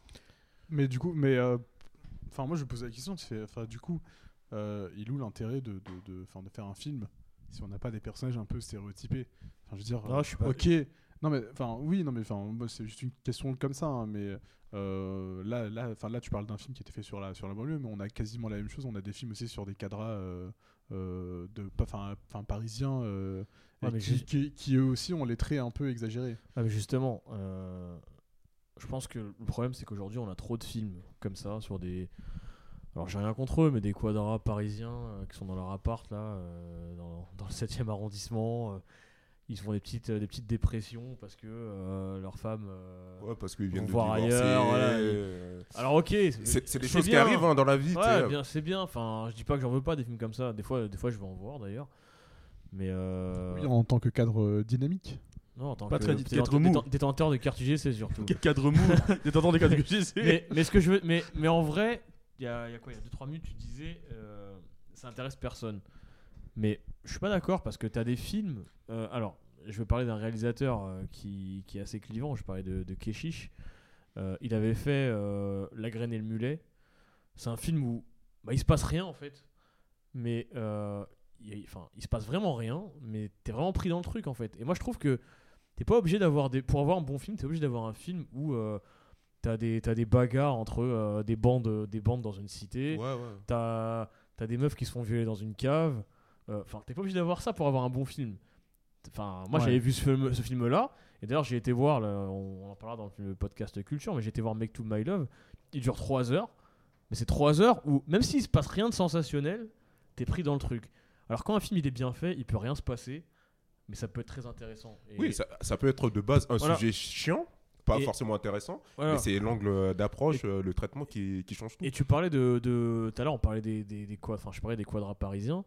Mais du coup, mais euh, enfin moi je me pose la question, tu fais, enfin du coup, euh, il est où l'intérêt de de, de, 'fin, de faire un film si on n'a pas des personnages un peu stéréotypés. Enfin je veux dire, Non, euh, je suis pas- ok, non mais enfin oui, non mais enfin moi, c'est juste une question comme ça, hein, mais euh, là là, enfin là tu parles d'un film qui était fait sur la sur la banlieue, mais on a quasiment la même chose. On a des films aussi sur des cadras euh, euh, de, enfin enfin parisiens. Euh, Ouais, et mais qui, juste- qui, qui eux aussi ont les traits un peu exagérés. Ah, mais justement, euh, je pense que le problème c'est qu'aujourd'hui on a trop de films comme ça sur des. Alors j'ai rien contre eux, mais des quadras parisiens euh, qui sont dans leur appart là, euh, dans, dans le septième arrondissement. euh, ils se font des petites, euh, des petites dépressions parce que euh, leur femme. euh, Ouais, parce qu'ils viennent vont de voir divorcer. ailleurs, voilà, et- euh, Alors ok, C'est c'est des c'est choses qui bien. arrivent hein, dans la vie. tu Ouais, sais. bien, c'est bien. Enfin, je dis pas que j'en veux pas des films comme ça. Des fois, des fois, je vais en voir d'ailleurs. Mais euh... Oui, en tant que cadre euh, dynamique. non, en tant Pas que très détenteur- cadre mou. déten- détenteur de carte U G C surtout. Quel cadre mou. Détentant des cadres que j'ai, c'est- mais, mais ce que je veux, mais, mais en vrai, il y a, il y a quoi, il y a deux trois minutes, tu disais, euh, ça intéresse personne. Mais je suis pas d'accord parce que tu as des films. euh, alors, je vais parler d'un réalisateur euh, qui, qui est assez clivant. Je parlais de, de Keshish. Euh, il avait fait euh, La Graine et le Mulet. C'est un film où bah, il se passe rien en fait, mais euh, il, enfin, il se passe vraiment rien, mais t'es vraiment pris dans le truc en fait. Et moi je trouve que t'es pas obligé d'avoir des, pour avoir un bon film, t'es obligé d'avoir un film où euh, t'as des, t'as des bagarres entre euh, des bandes, des bandes dans une cité. Ouais, ouais. T'as, t'as des meufs qui se font violer dans une cave. Enfin, euh, t'es pas obligé d'avoir ça pour avoir un bon film. Enfin, moi Ouais. j'avais vu ce film, ce film-là, et d'ailleurs j'ai été voir, là, on, on en parlera dans le podcast Culture, mais j'ai été voir Make to My Love. Il dure trois heures, mais c'est trois heures où, même s'il se passe rien de sensationnel, t'es pris dans le truc. Alors quand un film il est bien fait, il peut rien se passer, mais ça peut être très intéressant. Et Oui, ça, ça peut être de base un Voilà. sujet chiant, pas Et- forcément intéressant, voilà. mais c'est l'angle d'approche, euh, le traitement qui, qui change tout. Et tu parlais de, de tout à l'heure, on parlait des, des, des quad- enfin je parlais des quadras parisiens.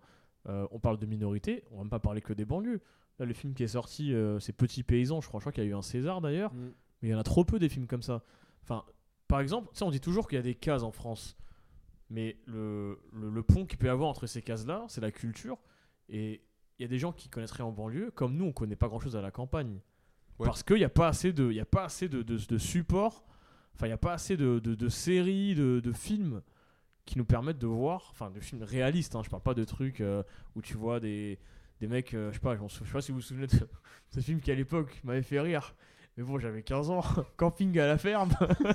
euh, on parle de minorité, on va même pas parler que des banlieues. Là, le film qui est sorti, euh, c'est Petits Paysans, je crois, je crois qu'il y a eu un César d'ailleurs, Mm. mais il y en a trop peu des films comme ça. Enfin, par exemple, tu sais, on dit toujours qu'il y a des cases en France, mais le, le, le pont qu'il peut y avoir entre ces cases-là, c'est la culture. Et il y a des gens qui connaissent rien en banlieue, comme nous, on connaît pas grand-chose à la campagne. Ouais. Parce qu'il n'y a pas assez de, il y a pas assez de, de, de support, enfin, il n'y a pas assez de, de, de séries, de, de films qui nous permettent de voir, enfin, de films réalistes, hein, je parle pas de trucs euh, où tu vois des, des mecs, euh, je sais pas, je sais pas si vous vous souvenez de ce film qui à l'époque m'avait fait rire. Mais bon, j'avais quinze ans, camping à la ferme.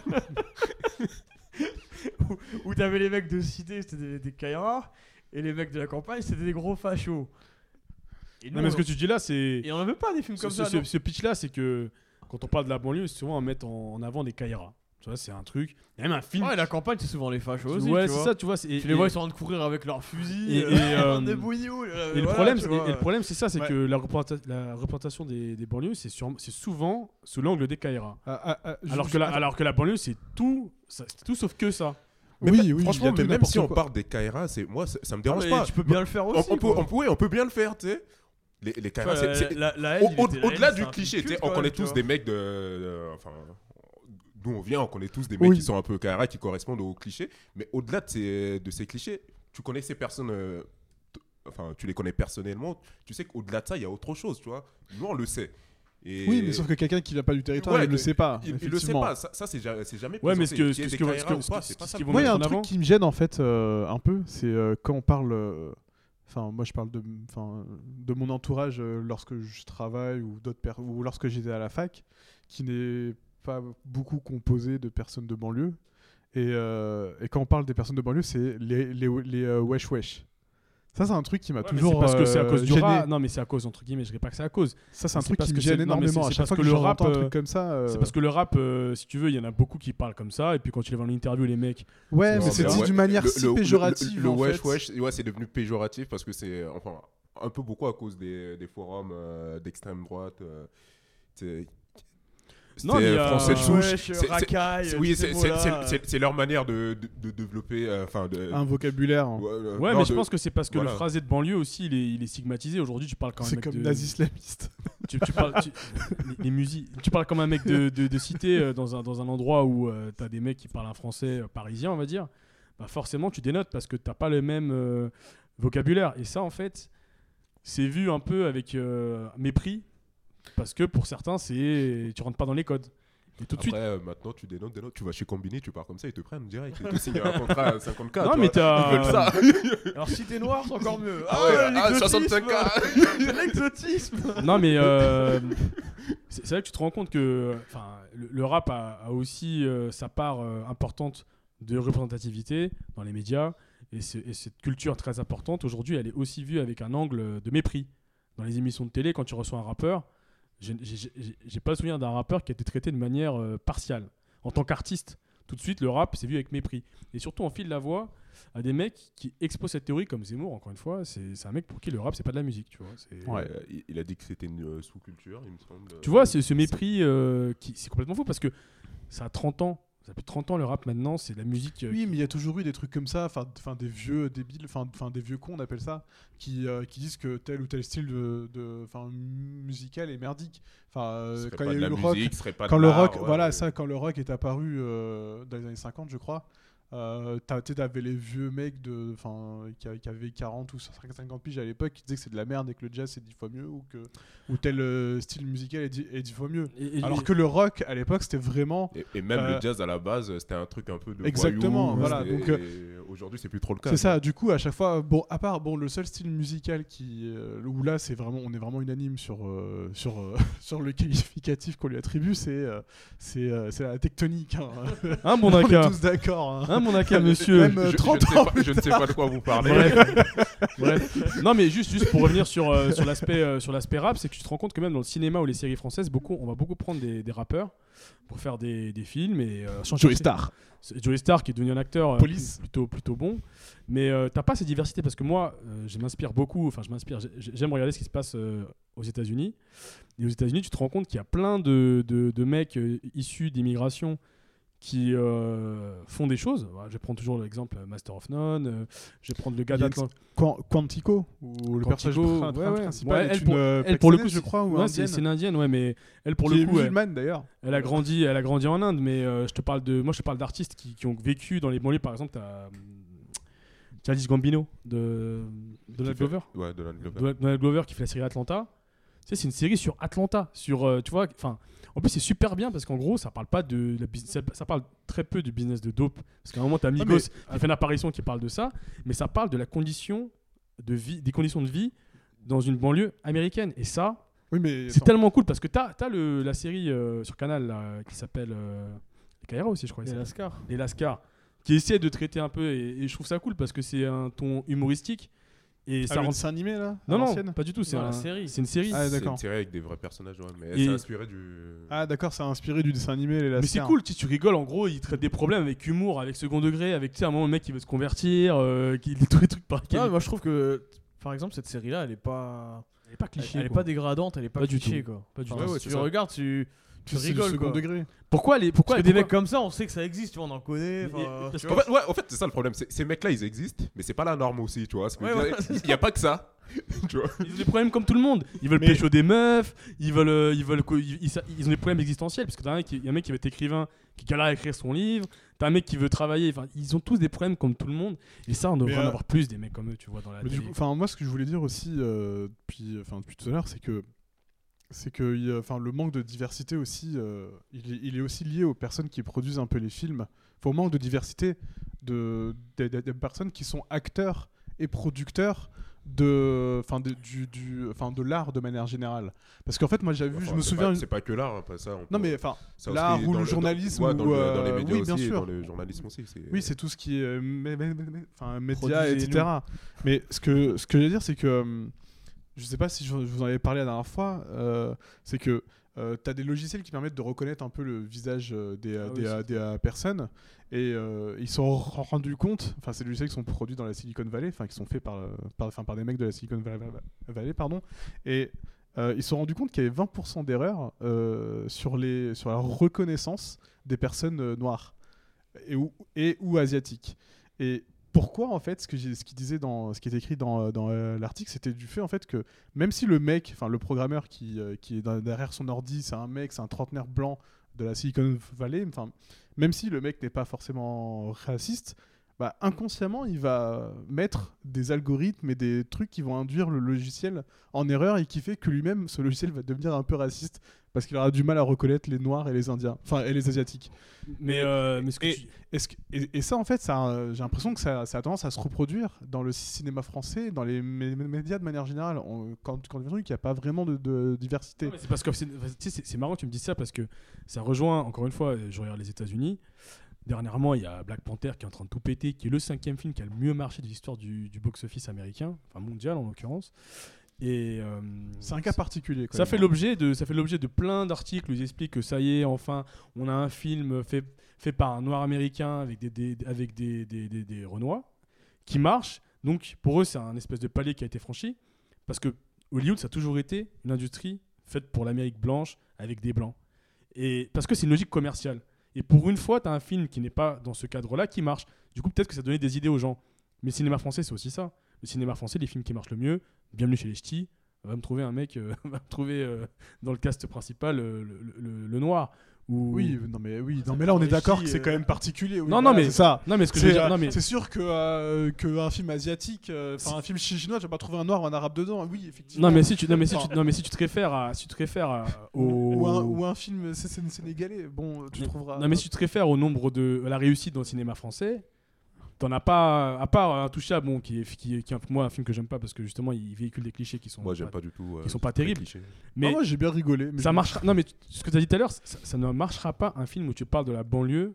où, où t'avais les mecs de cité, c'était des, des Kairas, et les mecs de la campagne, c'était des gros fachos. Et nous, Non, mais ce on- que tu dis là, c'est. et on n'en veut pas des films Ce, comme ce- ça. ce- non. ce pitch-là, c'est que quand on parle de la banlieue, souvent on met en, en avant des Kairas. Tu vois, c'est un truc. Il y a même un film. Ouais, la campagne, c'est souvent les fachos aussi. ouais, tu c'est vois. ça, tu vois. c'est- et- Tu les vois, et- ils sont en train de courir avec leurs fusils. Et- euh, et, euh, des bouilloux. là, Et le, voilà, problème, tu c'est- vois. et le problème, c'est ça, c'est Ouais. que la, représenta- la représentation des, des banlieues, c'est, sur- c'est souvent sous l'angle des Kairas. Ah, ah, ah, je- Alors, je- que la, attends. alors que la banlieue, c'est tout, ça- c'est tout sauf que ça. Mais Oui, même- oui, il y franchement, a mais tout même n'importe si on quoi. parle des Kairas, c'est moi, ça, ça me Ah, dérange mais pas. tu peux bien le faire On, aussi. on peut, quoi. on, peut- oui, on peut bien le faire, tu sais. Les, les Kairas, Enfin, c'est- c'est- la- la haine, au- il au- était- la au-delà haine, du c'est un cliché, film tu sais, culte, on quand connaît même, tu tous vois. des mecs de, de- enfin, d'où on vient, on connaît tous des mecs Oui. qui sont un peu Kairas, qui correspondent aux clichés. Mais au-delà de ces, de ces clichés, tu connais ces personnes, euh, t- enfin, tu les connais personnellement. Tu sais qu'au-delà de ça, il y a autre chose, tu vois. Nous, on le sait. Et- Oui, mais sauf que quelqu'un qui vient pas du territoire, Ouais, il le que- sait pas. Il, il le sait effectivement. pas. Ça, ça, c'est jamais, c'est jamais Ouais, mais présenté. ce que- Qu'il y ait ce des que- ce Kairas que- ou ce pas, que- c'est pas ce ça. qu'ils vont Moi, il y a un mettre en truc avant. qui me gêne en fait euh, un peu, c'est euh, quand on parle. euh, Enfin, moi, je parle de, enfin, de mon entourage euh, lorsque je travaille ou d'autres per- ou lorsque j'étais à la fac, qui n'est pas beaucoup composé de personnes de banlieue. Et, euh, et quand on parle des personnes de banlieue, c'est les les, les euh, wesh wesh. Ça, c'est un truc qui m'a Ouais, mais toujours c'est parce que c'est à euh, cause du gêné. rap. Non, mais c'est à cause, entre guillemets, je dirais pas que c'est à cause. Ça, c'est un C'est truc parce qui me que c'est- gêne non, mais c'est- énormément. À c'est chaque parce fois que que, le je rap, rap, un euh, truc comme ça. euh, C'est parce que le rap, euh, si tu veux, il y en a beaucoup qui parlent comme ça. Et puis quand tu les vois en interview, les mecs. Ouais, Non, mais c'est mais dit ouais, d'une manière le- si le- le- péjorative. Le, le en wesh fait. wesh, ouais, c'est devenu péjoratif parce que c'est euh, enfin un peu beaucoup à cause des, des forums euh, d'extrême droite. euh, c'est- Non, mais il y c'était a- français de souche. Wesh, C'est- c'est- racaille, c'est- tous oui, ces c'est- c'est mots-là. c'est- c'est- c'est leur manière de, de, de développer. euh, Enfin, de. Un vocabulaire. hein. Ouais, euh, Ouais, non, mais je de- pense que c'est parce que voilà. le phrasé de banlieue aussi, il est, il est stigmatisé. Aujourd'hui, tu parles quand même. C'est comme nazi islamiste. Tu, tu parles, tu, les, les musiques. Tu parles comme un mec de, de, de cité euh, dans, un, dans un endroit où euh, t'as des mecs qui parlent un français euh, parisien, on va dire. Bah forcément, tu dénotes parce que t'as pas le même euh, vocabulaire. Et ça, en fait, c'est vu un peu avec euh, mépris parce que pour certains, c'est tu rentres pas dans les codes. Et tout de Après, suite. euh, maintenant, tu dénotes, dénotes. Tu vas chez Combini, tu pars comme ça, ils te prennent direct. Ils te signent un contrat à cinquante K. Non, tu mais vois. t'as. Ils veulent ça. Alors si t'es noir, c'est encore mieux. Ah ouais, ah, l'exotisme. soixante-cinq K. L'exotisme. Non, mais euh, c'est c'est vrai que tu te rends compte que enfin, le, le rap a, a aussi euh, sa part euh, importante de représentativité dans les médias. Et, ce- et cette culture très importante, aujourd'hui, elle est aussi vue avec un angle de mépris. Dans les émissions de télé, quand tu reçois un rappeur, j'ai- j'ai j'ai- j'ai pas le souvenir d'un rappeur qui a été traité de manière euh, partiale. En tant qu'artiste, tout de suite, le rap, c'est vu avec mépris. Et surtout, on file la voix à des mecs qui exposent cette théorie, comme Zemmour, encore une fois. C'est c'est un mec pour qui le rap, c'est pas de la musique, tu vois. C'est- Ouais. Euh, il- Il a dit que c'était une euh, sous-culture, il me semble. Tu vois, c'est ce mépris euh, qui c'est complètement faux parce que ça a trente ans. Ça fait trente ans le rap maintenant, c'est de la musique. euh, Oui, mais il y a toujours eu des trucs comme ça, enfin enfin, des vieux débiles, enfin enfin, des vieux cons, on appelle ça, qui, euh, qui disent que tel ou tel style de, de, enfin, musical est merdique. Enfin, euh, Ce serait quand pas il y de a eu la le rock, musique, ce serait pas de quand le l'art, rock, ouais, voilà ouais. ça, quand le rock est apparu euh, dans les années cinquante, je crois. Euh, t'as- tu sais, t'avais les vieux mecs de, enfin, qui, a- qui avaient quarante ou cinquante piges à l'époque qui disaient que c'est de la merde et que le jazz c'est dix fois mieux ou que ou tel euh, style musical est dix, est dix fois mieux. et- et- Alors que le rock à l'époque c'était vraiment Et, et même Euh, le jazz à la base, c'était un truc un peu de Exactement, voyou, voilà, c'était- donc, euh, et aujourd'hui, c'est plus trop le cas. c'est ça, du coup, à chaque fois, bon, à part, bon, le seul style musical qui, euh, où là, c'est vraiment, on est vraiment unanime sur, euh, sur, euh, sur le qualificatif qu'on lui attribue, c'est, euh, c'est, euh, c'est la tectonique. Hein. Hein, mon on est Naka tous d'accord. Hein. Hein, mon Naka, monsieur Même, Je, euh, je trente ne sais ans pas, plus je ne sais pas de quoi vous parlez. Bref. Bref. Non, mais juste, juste pour revenir sur, euh, sur, l'aspect, euh, sur l'aspect rap, c'est que tu te rends compte que même dans le cinéma ou les séries françaises, beaucoup, on va beaucoup prendre des, des rappeurs pour faire des, des films. Et, euh, sans Joey chercher- Star. C'est Joey Star qui est devenu un acteur euh, Police. plutôt, plutôt bon. Mais euh, t'as pas cette diversité parce que moi, euh, je m'inspire beaucoup, enfin je m'inspire, j'ai- j'aime regarder ce qui se passe euh, aux États-Unis. Et aux États-Unis, tu te rends compte qu'il y a plein de, de, de mecs euh, issus d'immigration qui euh, font des choses. Voilà, je vais prendre toujours l'exemple euh, Master of None. euh, je vais prendre le gars Il y a d'Atlantis. Quan- Quantico, ou le personnage Quantico, prin- ouais, ouais. principal Ouais, est elle, une pour, euh, elle, pour le coup, pakistannaise, je crois, ou ouais, c'est, indienne, c'est une indienne, ouais, mais elle pour qui le est coup, elle, musulmane d'ailleurs. elle a grandi, elle a grandi en Inde, mais euh, je te parle de, moi je te parle d'artistes qui, qui ont vécu dans les banlieues. Par exemple, t'as hum, Childish Gambino de Donald Qui fait- Glover. Ouais, Donald Glover. Donald Donald Glover qui fait la série Atlanta. Tu sais, c'est une série sur Atlanta, sur euh, tu vois, enfin, en plus c'est super bien parce qu'en gros, ça parle pas de la bus- ça, ça parle très peu du business de dope parce qu'à un moment t'as Migos mais- qui fait une apparition qui parle de ça, mais ça parle de la condition de vie, des conditions de vie dans une banlieue américaine et ça, Oui, mais c'est attends. tellement cool parce que t'as as le la série euh, sur Canal là, qui s'appelle euh, Kaira aussi, je crois. Les il s'appelle. Lascar. Les Lascar, qui essaie de traiter un peu et, et je trouve ça cool parce que c'est un ton humoristique et Ah, ça le rend... dessin animé là, à Non non, l'ancienne pas du tout, c'est Non, la un- série. c'est une série. Ah, C'est d'accord. une série avec des vrais personnages, ouais, mais Et- c'est inspiré du. Ah d'accord, ça a inspiré du dessin animé les Mais c'est Lascars. cool, tu, tu rigoles, en gros, il traite des problèmes avec humour, avec second degré, avec, tu sais, à un moment, le mec qui veut se convertir, euh, qui, tous les trucs par lesquels Non, il- moi je trouve que, par exemple, cette série-là, elle est pas, elle est pas elle, cliché. elle est quoi. pas dégradante, elle est pas, Pas du cliché tout. quoi. Pas du Enfin, tout. ouais, si c'est tu ça. regardes, tu, tu C'est du rigoles second quoi. degré. Pourquoi les, pourquoi Parce que des pourquoi- mecs comme ça, on sait que ça existe, tu vois, on en connaît. Mais- enfin, parce tu qu'en vois. En fait, ouais, en fait, c'est ça le problème. c'est- Ces mecs-là, ils existent, mais c'est pas la norme aussi, tu vois. Ouais, ouais, Il n'y a pas que ça. Tu vois. Ils ont des problèmes comme tout le monde. Ils veulent Mais- pécho des meufs, ils veulent, euh, ils veulent, co- ils, ils- ils ont des problèmes existentiels parce que t'as un mec qui, il y a un mec qui veut être écrivain, qui galère à écrire son livre. T'as un mec qui veut travailler. Enfin, ils ont tous des problèmes comme tout le monde. Et ça, on devrait Mais, en euh, avoir plus des mecs comme eux, tu vois, dans la Mais du télé. coup, enfin moi ce que je voulais dire aussi euh, depuis, enfin depuis tout à l'heure, c'est que c'est que il y a- enfin le manque de diversité aussi, euh, il, est, il est aussi lié aux personnes qui produisent un peu les films. Enfin, au manque de diversité de des, des- des personnes qui sont acteurs et producteurs de, enfin de, du, du, enfin de l'art de manière générale. Parce qu'en fait moi j'avais vu, Enfin, je me c'est souviens. pas- C'est pas que l'art, hein, pas ça. on Non peut- mais enfin ça l'art aussi, ou dans le dans- journalisme ouais, dans, ou, le- dans euh, les médias oui, bien aussi, et sûr. dans le journalisme aussi. c'est- Oui, c'est tout ce qui est euh, mé- mé- mé- mé- enfin, médias, Produisez-nous. et cetera. Mais ce que, ce que je veux dire, c'est que, euh, je sais pas si je, je vous en avais parlé la dernière fois, euh, c'est que tu as des logiciels qui permettent de reconnaître un peu le visage euh, des, euh, Ah des, oui, euh, c'est des, euh, personnes. Et euh, ils se sont r- rendus compte, enfin, ces logiciels qui sont produits dans la Silicon Valley, enfin, qui sont faits par, euh, par, enfin, par des mecs de la Silicon Valley, Valley, pardon. Et euh, ils se sont rendus compte qu'il y avait vingt pour cent d'erreurs euh, sur, les, sur la reconnaissance des personnes euh, noires et ou, et ou asiatiques. Et pourquoi en fait ce que j'ai- ce qui disait dans ce qui est écrit dans, dans euh, l'article, c'était du fait en fait que même si le mec, enfin le programmeur qui, euh, qui est dans- derrière son ordi, c'est un mec, c'est un trentenaire blanc de la Silicon Valley, enfin même si le mec n'est pas forcément raciste, bah, inconsciemment il va mettre des algorithmes et des trucs qui vont induire le logiciel en erreur et qui fait que lui-même ce logiciel va devenir un peu raciste parce qu'il aura du mal à reconnaître les noirs et les indiens, enfin et les asiatiques. Mais, euh, mais ce que et- tu- Est-ce que- et, et ça, en fait, ça, euh, j'ai l'impression que ça, ça a tendance à se reproduire dans le cinéma français, dans les mé- mé- médias de manière générale. On- quand, quand on dit qu'il n'y a pas vraiment de, de diversité. Non, mais c'est parce que c'est, tu sais, c'est- c'est marrant que tu me dises ça parce que ça rejoint encore une fois. Je regarde les États-Unis. Dernièrement, il y a Black Panther qui est en train de tout péter, qui est le cinquième film qui a le mieux marché de l'histoire du, du box-office américain, enfin mondial en l'occurrence. Et euh, C'est un cas particulier. Quand Ça même. fait l'objet de, ça fait l'objet de plein d'articles où ils expliquent que ça y est, enfin, on a un film fait, fait par un noir américain avec des, des, avec des, des, des, des Renois qui marche. Donc pour eux, c'est un espèce de palier qui a été franchi parce que Hollywood, ça a toujours été une industrie faite pour l'Amérique blanche avec des blancs. Et parce que c'est une logique commerciale. Et pour une fois, tu as un film qui n'est pas dans ce cadre-là qui marche. Du coup, peut-être que ça donnait des idées aux gens. Mais le cinéma français, c'est aussi ça. Le cinéma français, les films qui marchent le mieux, Bienvenue chez les Ch'tis, va me trouver un mec, euh, va me trouver euh, dans le cast principal euh, le, le- le- le noir. Ou... Oui, non mais oui, non mais là on est les d'accord ch'tis, que c'est euh, quand même particulier. oui, Non, non, voilà, mais- c'est ça. Non, mais ce que je veux C'est dire, euh, non, mais c'est sûr que, euh, que un film asiatique, euh, enfin un film chinois, tu vas pas trouver un noir ou un arabe dedans. Oui, effectivement. non, mais si tu, non, mais si Enfin, tu, non, mais si tu te réfères à, si tu te réfères à- au, ou, un, ou un film sé- sé- sénégalais, bon, tu Mais- trouveras. Non, mais si tu te réfères au nombre de à la réussite dans le cinéma français, t'en as pas, à part Intouchable, bon, qui est, qui est, qui est un- moi un film que j'aime pas parce que justement il véhicule des clichés qui sont, Moi, j'aime pas du tout. euh, qui sont pas les terribles. clichés. mais Ah, moi j'ai bien rigolé. Mais ça je- marchera. Non, mais tu- ce que tu as dit tout à l'heure, ça, ça ne marchera pas un film où tu parles de la banlieue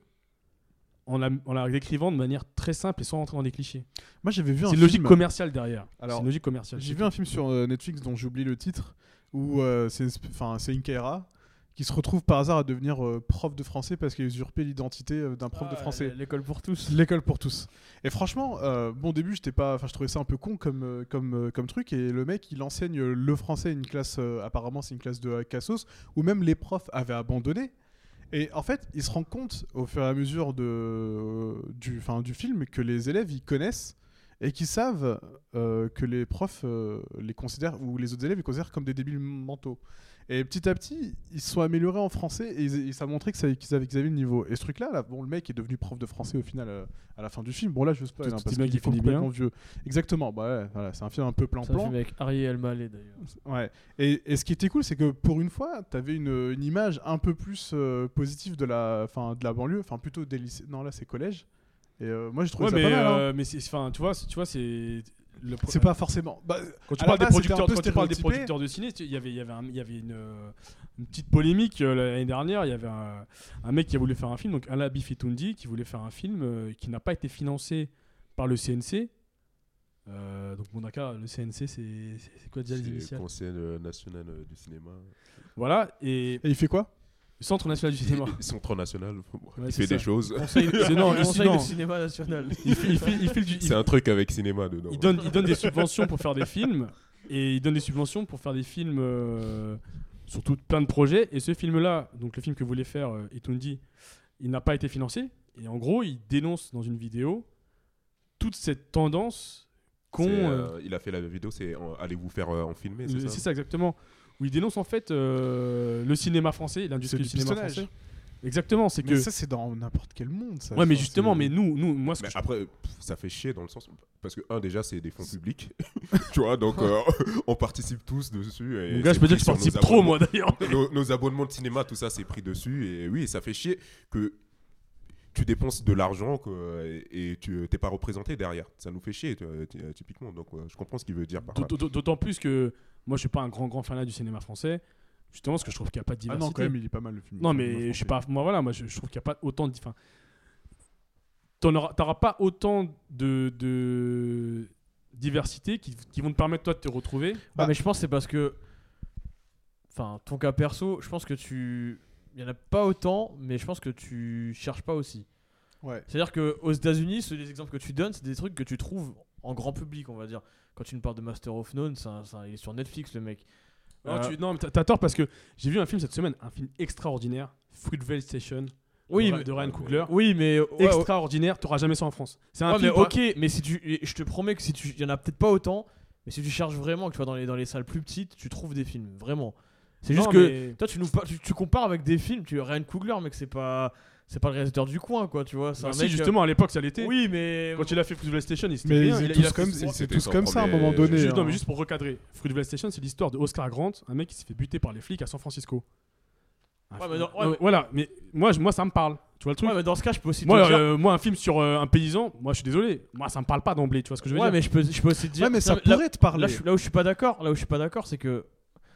en la, en la décrivant de manière très simple et sans rentrer dans des clichés. Moi j'avais vu un C'est une logique film. commerciale derrière. Alors, c'est une logique commerciale. J'ai vu un film sur euh, Netflix dont j'ai oublié le titre, où euh, c'est enfin, c'est une Kaira qui se retrouve par hasard à devenir euh, prof de français parce qu'il a usurpé l'identité euh, d'un prof de Ah, français. L'école pour tous. L'école pour tous. Et franchement, euh, bon au début, j'étais pas, enfin je trouvais ça un peu con comme euh, comme euh, comme truc. Et le mec, il enseigne le français à une classe, euh, apparemment c'est une classe de euh, Cassos, où même les profs avaient abandonné. Et en fait, il se rend compte au fur et à mesure de, du, enfin, du film que les élèves ils connaissent et qu'ils savent euh, que les profs euh, les considèrent, ou les autres élèves les considèrent comme des débiles mentaux. Et petit à petit, ils se sont améliorés en français et, ils, et ça montrait que ça, qu'ils, avaient, qu'ils avaient le niveau. Et ce truc-là, là, bon, le mec est devenu prof de français au final euh, à la fin du film. Bon là, je spoil, Tout- hein, tout parce est bien qu'il est qui finit complètement bien. vieux. Exactement. Bah ouais, voilà, c'est un film un peu C'est un plan-plan. film avec Ariel Elmaleh d'ailleurs. Ouais. Et, et ce qui était cool, c'est que pour une fois, t'avais une, une image un peu plus euh, positive de la, fin, de la banlieue, enfin plutôt des lycées. Non, là, c'est collège. Et euh, moi, je trouvais Ouais, ça mais, pas mal. hein. euh, mais c'est, enfin, tu vois, c'est- tu vois, c'est. Le pro- C'est pas forcément. Bah, Quand tu à parles la des base, c'était un producteurs, peu quand tu parles des stéréotypé. producteurs de ciné, tu- il y avait, il y avait, un- il y avait une, euh, une petite polémique euh, l'année dernière. Il y avait un, un mec qui a voulu faire un film, donc Alain Bifetondi, qui voulait faire un film euh, qui n'a pas été financé par le C N C. Euh, donc bon, d'accord, le C N C, c'est, c'est, c'est quoi déjà les C'est le initiales? Conseil euh, national euh, du cinéma. Voilà, et Et il fait quoi? Centre national du cinéma. Ils sont trop national. Ouais, il c'est fait des ça. choses. Conseil, c'est, non, ici, Conseil non. de cinéma national. Il, fait- il, fait- il file du- il- C'est un truc avec cinéma dedans. il donne, il donne des subventions pour faire des films et il donne des subventions pour faire des films euh, sur tout plein de projets. Et ce film-là, donc le film que voulait faire euh, Etundi, il n'a pas été financé. Et en gros, il dénonce dans une vidéo toute cette tendance qu'ont. C'est, euh, euh, il a fait la vidéo, c'est en- allez vous faire euh, en filmer, c'est le- ça c'est ça exactement. Où il dénonce en fait euh, le cinéma français, l'industrie C'est du du cinéma pistonnage. français. Exactement, c'est Mais que. ça, c'est dans n'importe quel monde. Ça. Ouais, mais Enfin, justement, c'est- mais nous, nous, moi, ce que Mais je- après, pff, ça fait chier dans le sens parce que un déjà c'est des fonds publics, tu vois, donc euh, on participe tous dessus. Et Mon gars, c'est je peux dire pris que je sur nos participe trop, abonnements. moi d'ailleurs. nos, nos abonnements de cinéma, tout ça, c'est pris dessus. Et oui, ça fait chier que tu dépenses de l'argent que- et, et tu t'es pas représenté derrière. Ça nous fait chier, tu- tu- typiquement. Donc, euh, je comprends ce qu'il veut dire par là. D'aut- D'autant plus que moi, je suis pas un grand, grand fan du cinéma français. Justement, parce que je trouve qu'il n'y a pas de Ah diversité. non, quand même, il est pas mal le film. Non, Enfin, mais le je sais français. pas. Moi, voilà, moi, je, je trouve qu'il n'y a pas autant de. Enfin, t'en auras- t'auras pas autant de, de diversité qui, qui vont te permettre toi de te retrouver. Bah, mais je pense que c'est parce que. Enfin, ton cas perso, je pense que tu. Il y en a pas autant, mais je pense que tu cherches pas aussi. Ouais. C'est-à-dire qu'aux États-Unis, ceux- les exemples que tu donnes, c'est des trucs que tu trouves en grand public, on va dire. Quand tu me parles de Master of None, c'est un- c'est un- il est sur Netflix, le mec. Non, Euh, tu- non, mais t'as- t'as tort parce que j'ai vu un film cette semaine, un film extraordinaire, Fruitvale Station, Oui, de, mais, de Ryan ouais, Coogler. oui, mais ouais, ouais. Extraordinaire, t'auras jamais ça en France. C'est un Ouais, film. mais pas- ok, mais si tu, et je te promets que si tu, il y en a peut-être pas autant, mais si tu cherches vraiment, que tu vas dans les dans les salles plus petites, tu trouves des films, vraiment. C'est juste Non, que mais- toi tu nous par- tu, tu compares avec des films, tu Ryan Coogler, mec, c'est pas c'est pas le réalisateur du coin, quoi, tu vois. C'est Bah un si, mec, justement, à l'époque, ça l'était. euh, Oui, mais Quand il a fait Fruitvale Station, il s'était Mais rien. ils Il a- étaient il a tous fait- comme, c'est- ils étaient c'était tous son comme ça à un premier- moment donné. Juste, non, hein. mais juste pour recadrer, Fruitvale Station, c'est l'histoire de Oscar Grant, un mec qui s'est fait buter par les flics à San Francisco. Un Ouais, film- mais non, ouais, Euh, mais- Voilà, mais moi, je- moi, ça me parle. Tu vois le truc Ouais, mais dans ce cas, je peux aussi te moi, dire. euh, moi, un film sur euh, un paysan, moi, je suis désolé. Moi, ça me parle pas d'emblée. Tu vois ce que je veux Ouais, dire mais je peux je peux aussi te dire. Ouais, mais ça là- pourrait te parler. Là, je- là où je suis pas d'accord, là où je suis pas d'accord, c'est que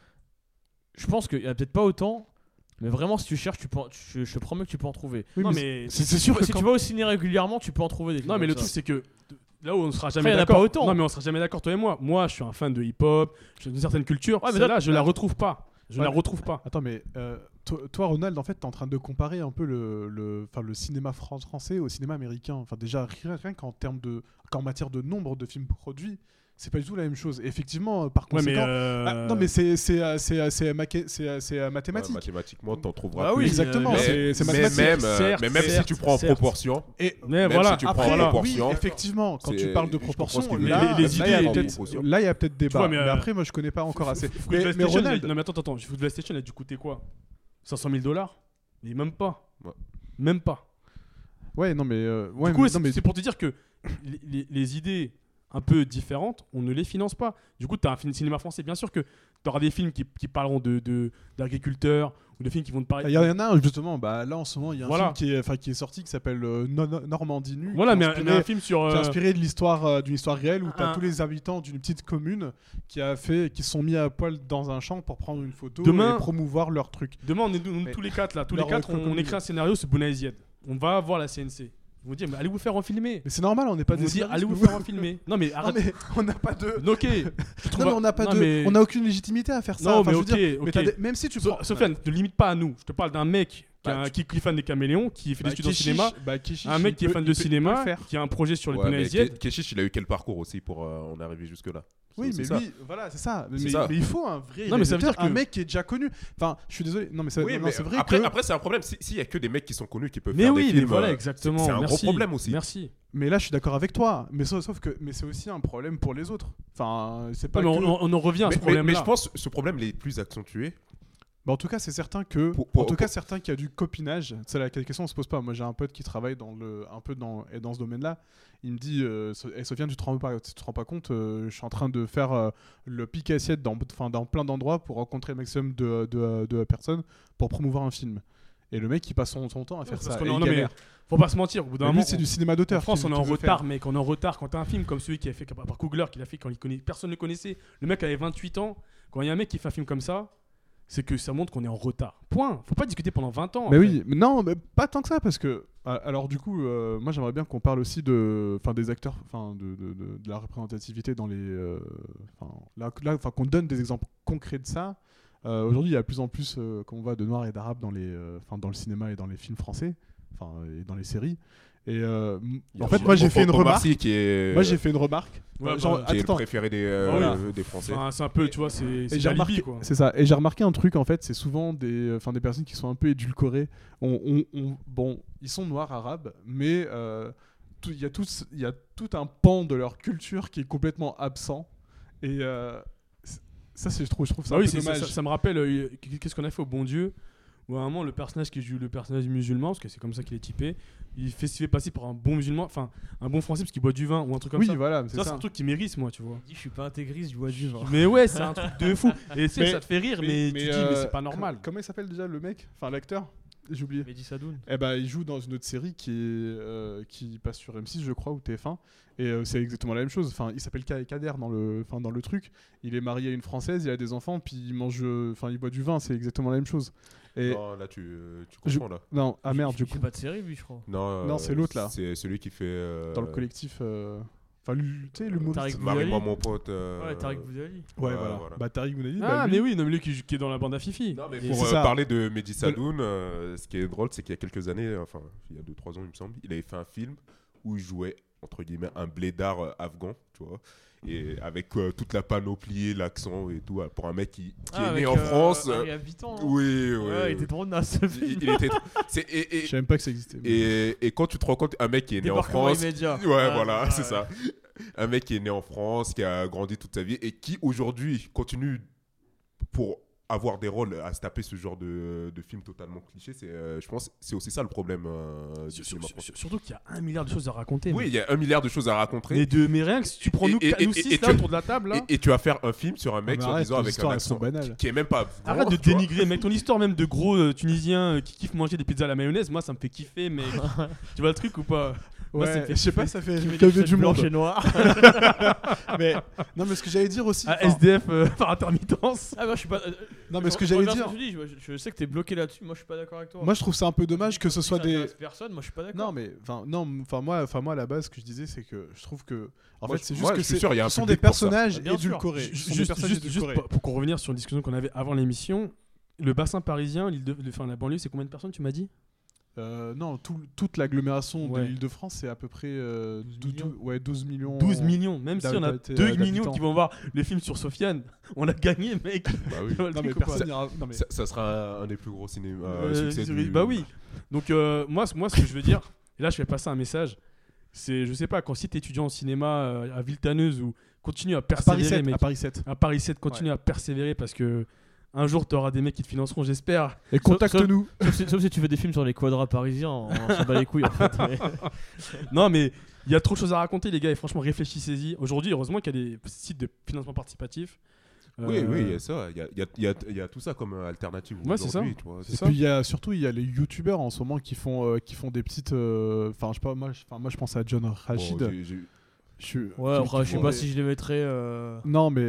je pense qu'il y a peut-être pas autant, mais vraiment si tu cherches, tu peux, en- tu- je te promets que tu peux en trouver. Oui, non, mais mais c'est c'est sûr que Si quand- tu vas au ciné régulièrement, tu peux en trouver des films. non, mais comme le ça. truc, c'est que là où on sera Après, jamais y en a d'accord. pas autant. Non, mais on sera jamais d'accord, toi et moi. Moi, je suis un fan de hip-hop, j'ai une certaine culture. Ouais, mais Celle-là, là- je la retrouve pas. Je Ouais, la mais- retrouve pas. Attends, mais euh, toi, toi, Ronald, en fait, t'es en train de comparer un peu le, le, enfin, le cinéma fran- français au cinéma américain. Enfin, déjà, rien, rien qu'en termes de, qu'en matière de nombre de films produits, c'est pas du tout la même chose. Et effectivement, euh, par Ouais, mais. conséquent, euh, ah, non, mais c'est c'est euh, c'est euh, c'est maquet- c'est euh, c'est, euh, Ouais, mathématique. mathématiquement, t'en trouveras Bah plus. oui, exactement. mais- C'est c'est mais mathématique. même, euh, certes, mais même certes, si tu prends en certes. proportion, Et Mais même voilà. si tu prends après, en oui, proportion, effectivement, quand tu c'est- parles de je comprends ce proportion, qu'il veut là, dire. Les- les là, il y a idées, peut-être- proportion. là, il y a peut-être débat. vois, mais, mais, euh, après, moi, je connais pas encore assez. Fruitvale Mais, mais Station, Ronald, il a- non, mais attends, attends. Fruitvale Station, il a dû coûter quoi cinq cent mille dollars Mais même pas. Ouais. Même pas. ouais, non, mais euh, ouais, du coup, mais- c'est non, mais c'est pour te dire que les, les- les idées un peu différentes, on ne les finance pas. Du coup, tu as un film cinéma français. Bien sûr que tu auras des films qui, qui parleront de, de- d'agriculteurs ou des films qui vont te parler. il y en a un justement, bah là en ce moment il y a un Voilà. film qui est, enfin, qui est sorti qui s'appelle euh, No- No- Normandie nue. Voilà, qui mais est un, inspiré, mais un film sur. qui est euh, inspiré de l'histoire euh, d'une histoire réelle où tu as un- tous les habitants d'une petite commune qui a fait, qui se sont mis à poil dans un champ pour prendre une photo Demain- et promouvoir leur truc. Demain, on est on est Mais- tous les quatre là. Tous les leur quatre, on, on cocooning. écrit un scénario sur Bonazied. On va voir la C N C. Ils vont dire, mais allez vous faire en filmer. Mais c'est normal, on n'est pas Ils vont des dire, allez vous scénaristes, faire en filmer. Non, mais nous. arrête. Non, mais on n'a pas de. Ok. je trouve- Non, mais on n'a pas non, de. mais- On n'a aucune légitimité à faire ça. Non, Enfin, mais je veux ok, dire, mais ok. t'as des- même si tu So- prends. Sofiane, ne limite pas à nous. Je te parle d'un mec qui, Bah, a- tu- qui, qui est fan des caméléons, qui fait des Bah, études en Keshish- cinéma. bah, Keshish, Un mec il qui est peut- fan il de peut- il peut cinéma, le faire. qui a un projet sur les ouais, mais Bonazied. Ke- Keshish, il a eu quel parcours aussi pour euh, en arriver jusque là? Oui, c'est mais ça. lui, voilà, c'est ça. Mais, C'est ça. mais il faut un vrai Non, mais ça veut réalisateur, dire un que- mec qui est déjà connu. Enfin, je suis désolé. Non, mais, ça, Oui, non, mais c'est vrai après, que. après c'est un problème. Si- S'il y a que des mecs qui sont connus qui peuvent Mais faire oui, des mais films, voilà, euh, exactement. c'est un Merci. gros problème aussi. Merci. Mais là, je suis d'accord avec toi. Mais sauf, sauf que, mais c'est aussi un problème pour les autres. Enfin, c'est pas. Non, mais que- on, on en revient à Mais, ce mais- problème-là. mais je pense que ce problème il est plus accentué. Bah, en tout cas, c'est certain que. Pour- pour- en tout cas, pour- certain qu'il y a du copinage. C'est la question, on se pose pas. Moi, j'ai un pote qui travaille dans le, un peu dans, et dans ce domaine-là. Il me dit, euh, So- eh, Sofiane, tu te rends pas, tu te rends pas compte, euh, je suis en train de faire euh, le pic assiette dans, enfin, dans plein d'endroits pour rencontrer le maximum de, de, de personnes pour promouvoir un film. Et le mec, il passe son, son temps à faire Parce ça. qu'on et est- il non, mais galère. faut pas se mentir. Au bout d'un Mais moment, lui, c'est on- du cinéma d'auteur. En France, qu'il- on est qu'il en veut retard, faire. mec. On est en retard. Quand t'as un film comme celui qui a fait par Coogler, qu'il a fait quand il connaît, personne ne le connaissait. Le mec avait vingt-huit ans. Quand il y a un mec qui fait un film comme ça, c'est que ça montre qu'on est en retard. Point. Faut pas discuter pendant vingt ans. Mais en oui, fait. mais non, mais pas tant que ça, parce que. ah, Alors, du coup, euh, moi, j'aimerais bien qu'on parle aussi de, enfin, des acteurs, enfin, de, de, de, de la représentativité dans les. euh, Enfin, là, là, enfin, qu'on donne des exemples concrets de ça. Euh, Aujourd'hui, il y a de plus en plus euh, qu'on voit de noirs et d'arabes dans les, euh, enfin, dans le cinéma et dans les films français, enfin, et dans les séries. Et euh, m- Il y a en fait, aussi moi, j'ai Omar fait une remarque. Sy qui est, Moi, j'ai fait une remarque. Ouais, Genre, bah, qui est le attends. préféré des, euh, Ah oui. euh, des Français. Enfin, c'est un peu, tu vois, c'est Et c'est j'ai l'alibi, remarqué, quoi. c'est ça. Et j'ai remarqué un truc en fait, c'est souvent des, enfin des personnes qui sont un peu édulcorées. On, on- on- bon, ils sont noirs arabes, mais euh, tout- il y a tout, il y a tout un pan de leur culture qui est complètement absent. Et euh, c'est- ça, c'est je trouve, je trouve ça Ah un oui, peu c'est- ça, dommage. ça- ça me rappelle euh, qu'est-ce qu'on a fait au Bon Dieu, où à un moment le personnage qui joue le personnage musulman, parce que c'est comme ça qu'il est typé, il fait, se fait passer pour un bon musulman, enfin un bon français parce qu'il boit du vin ou un truc comme oui, ça. voilà, c'est Ça, ça. c'est un truc qui mérite, moi, tu vois. Il dit, je suis pas intégriste, je bois du vin. Mais ouais, c'est un truc de fou. Et tu sais, Mais- ça te fait rire, mais, tu te dis, mais euh, c'est pas normal. com- Comment il s'appelle déjà le mec, enfin l'acteur? J'ai oublié. Mehdi Sadoun. Eh ben, il joue dans une autre série qui, est, euh, qui passe sur M six, je crois, ou T F un. Et euh, c'est exactement la même chose. Enfin, il s'appelle Ka- Kader dans le, enfin, dans le truc. Il est marié à une Française, il a des enfants, puis il mange, euh, enfin, il boit du vin. C'est exactement la même chose. Et Non, là, tu, tu Je- comprends, là. non, ah merde, Il du fait coup, pas de série, lui, je crois. Non, Non, euh, c'est l'autre, là. C'est celui qui fait. euh, dans le collectif, euh, enfin, lui, tu sais, l'humoriste. Tariq Marie-moi Boudali. mon pote. euh, Ouais, Tariq Boudali. Ouais, Ouais, voilà. voilà. Bah, Tariq Boudali. Ah, bah, lui- mais oui, non, mais lui qui, qui est dans la bande à Fifi. Non, mais Et pour c'est euh, ça. parler de Mehdi Sadoun, euh, ce qui est drôle, c'est qu'il y a quelques années, enfin, il y a deux trois ans, il me semble, il avait fait un film où il jouait, entre guillemets, un blédard euh, afghan, tu vois, et avec euh, toute la panoplie, l'accent et tout, euh, pour un mec qui, qui Ah, est né avec, en euh, France. euh, Harry Habitant, hein. oui, oui. Ouais, il était trop naze, ce Il, film. il était. tr- c'est- et, et, Je savais même pas que ça existait. mais- et, et quand tu te rends compte, un mec qui est né en Débarquement France. immédiat. Ouais, Ouais, voilà, ouais, c'est ouais. ça. Un mec qui est né en France, qui a grandi toute sa vie et qui aujourd'hui continue pour avoir des rôles à se taper ce genre de, de film totalement cliché. C'est, euh, je pense, c'est aussi ça le problème euh, du Sur- cinéma sur- français. sur- Surtout qu'il y a un milliard de choses à raconter. Oui, mec. il y a un milliard de choses à raconter. Mais, de, mais rien que si tu prends Et- nous, et- nous et- six et là tu- autour de la table, là. Et, et tu vas faire un film sur un mec, Ah, mais arrête, soi-disant, tes avec un histoires, elles sont accent banales. qui, qui est même pas. Arrête de tu vois. dénigrer, mec. Ton histoire même de gros euh, Tunisiens euh, qui kiffent manger des pizzas à la mayonnaise, moi ça me fait kiffer, mais tu vois le truc ou pas? Moi, ça me Ouais, fait je sais pas, kiffer. ça fait Qui met des calmer chaussettes du monde. blanches et noires. Mais non, mais ce que j'allais dire aussi. Un enfin, S D F euh, par intermittence. Ah, moi, je suis pas. euh, Non, mais ce que je- j'allais regarde dire. ce que tu dis, je, je sais que t'es bloqué là-dessus. Moi, je suis pas d'accord avec toi. Moi, je trouve ça un peu dommage que ce soit Ça des. intéresse personne, moi, je suis pas d'accord. Non, mais enfin, non, enfin moi, enfin moi, à la base, ce que je disais, c'est que je trouve que, en Moi, fait, je- c'est juste moi, que je suis c'est, sûr, il y a un ce sont public des pour ça. personnages Bien sûr. édulcorés. Ju- Ce sont des Juste, personnages juste, juste édulcorés. pour, pour qu'on revenir sur une discussion qu'on avait avant l'émission, le bassin parisien, l'île de, de- enfin, la banlieue, c'est combien de personnes tu m'as dit? Euh, non, tout- toute l'agglomération Ouais. de l'Île-de-France, c'est à peu près euh, douze dou- millions. dou- ouais, douze millions. douze millions, même si on a d'habitants- deux millions d'habitants. qui vont voir le film sur Sofiane, on a gagné, mec. Bah oui. Tu vois le Non, mais truc ou pas? personne n'ira. Non, mais Ça, ça sera un, un des plus gros cinémas Euh, succès c'est- du. Bah oui. Donc euh, moi, c- moi, ce que je veux dire, et là je vais passer un message, c'est, je sais pas, quand si t'es étudiant en cinéma euh, à Villetaneuse ou continue à à Paris persévérer, sept. mec, À Paris sept. à Paris sept, continue à persévérer parce que un jour t'auras des mecs qui te financeront, j'espère. Et contacte-nous. Sauf si, sauf si tu fais des films sur les quadras parisiens, on s'en bat les couilles en fait. mais- Non mais il y a trop de choses à raconter les gars et franchement réfléchissez-y. Aujourd'hui, heureusement qu'il y a des sites de financement participatif. Oui, Euh, oui, il y a ça. Il y a, il y a- il y a- il y a tout ça comme euh, alternative. Ouais, c'est aujourd'hui, tu vois. C'est Et ça. puis il y a surtout il y a les youtubeurs en ce moment qui font euh, qui font des petites. euh, Enfin je sais pas moi. je- Enfin moi je pense à John Bon, Rachid. j'ai- j'ai- Je suis- Ouais, qui- après, qui je sais font pas des- si je les mettrais. euh, Non mais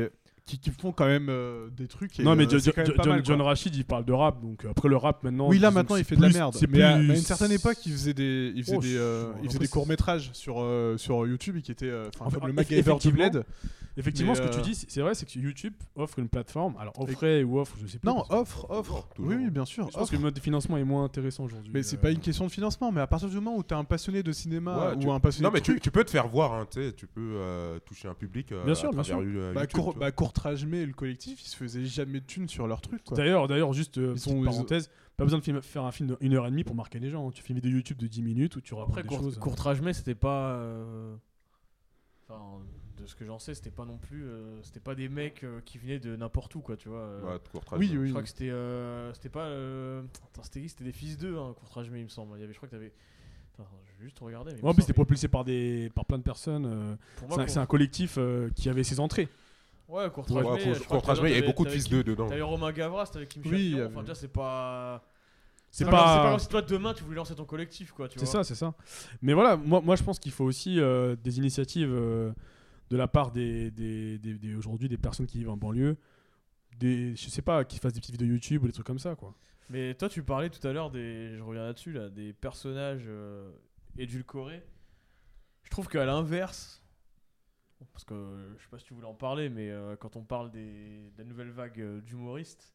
qui, qui font quand même euh, des trucs. Et, Non, mais euh, Jo- c'est quand même Jo- pas John, mal, quoi. John Rachid, il parle de rap, donc après le rap maintenant. Oui, là disons maintenant que il c'est fait de la plus- merde. c'est Mais à, plus- mais à une certaine époque, il faisait des, il faisait Oh, des, euh, je- il faisait après, des courts métrages sur euh, sur YouTube et qui étaient, euh, enfin, En fait, comme le eff- MacGyver du effectivement, Bled. Effectivement, Mais, ce que tu euh, dis, c'est c'est vrai, c'est que YouTube offre une plateforme. Alors, offrait ou offre, je sais plus. Non, parce que- offre, offre. Toujours. Oui, oui, bien sûr. Je pense offre. que le mode de financement est moins intéressant aujourd'hui. Mais c'est euh, pas une question de financement, mais à partir du moment où t'es un passionné de cinéma Ouais, ou tu- un passionné Non, mais de tu, trucs, tu peux te faire voir, hein, tu sais, tu peux euh, toucher un public euh, Bien sûr, à bien travers sûr. euh, bah, YouTube, Cour- tu vois. bah, Courtrajmé et le collectif, ils se faisaient jamais de thunes sur leur truc, quoi. D'ailleurs, d'ailleurs, juste euh, Ils petite sont- ils- parenthèse, pas besoin de film- faire un film d'une heure et demie pour marquer les gens. hein. Tu fais une vidéo YouTube de dix minutes où tu racontes Après, des court, choses. Courtrajmé, c'était pas. euh, Enfin, de ce que j'en sais, c'était pas non plus. euh, C'était pas des mecs euh, qui venaient de n'importe où, quoi, tu vois. euh. Ouais, de court Oui, trajectoire. oui. Je crois que c'était. euh, C'était pas. euh, Attends, c'était qui C'était des fils d'eux, hein, Courtrajmé, il me semble. Il y avait, je crois que t'avais. Attends, je vais juste regarder. mais il me En plus, c'était semble- propulsé par des, par plein de personnes. euh, Pour c'est moi, un- c'est un collectif euh, qui avait ses entrées. Ouais, Ouais, Courtrajmé. court- je crois que court trajectoire, il y avait t'avais- beaucoup de t'avais fils Kim- d'eux dedans. T'avais Romain Gavras, t'avais Kim Oui, Champion. il y Enfin, avait- déjà, c'est pas. C'est pas, pas. c'est pas comme si toi demain tu voulais lancer ton collectif, quoi, tu C'est vois. ça, c'est ça. Mais voilà, moi, moi je pense qu'il faut aussi euh, des initiatives euh, de la part des, des, des, des- aujourd'hui des personnes qui vivent en banlieue, des, je sais pas, qui fassent des petites vidéos YouTube ou des trucs comme ça, quoi. Mais toi, tu parlais tout à l'heure des. Je reviens là-dessus, là, des personnages euh, édulcorés. Je trouve qu'à l'inverse. Parce que euh, je sais pas si tu voulais en parler, mais euh, quand on parle des, de la nouvelle vague euh, d'humoristes,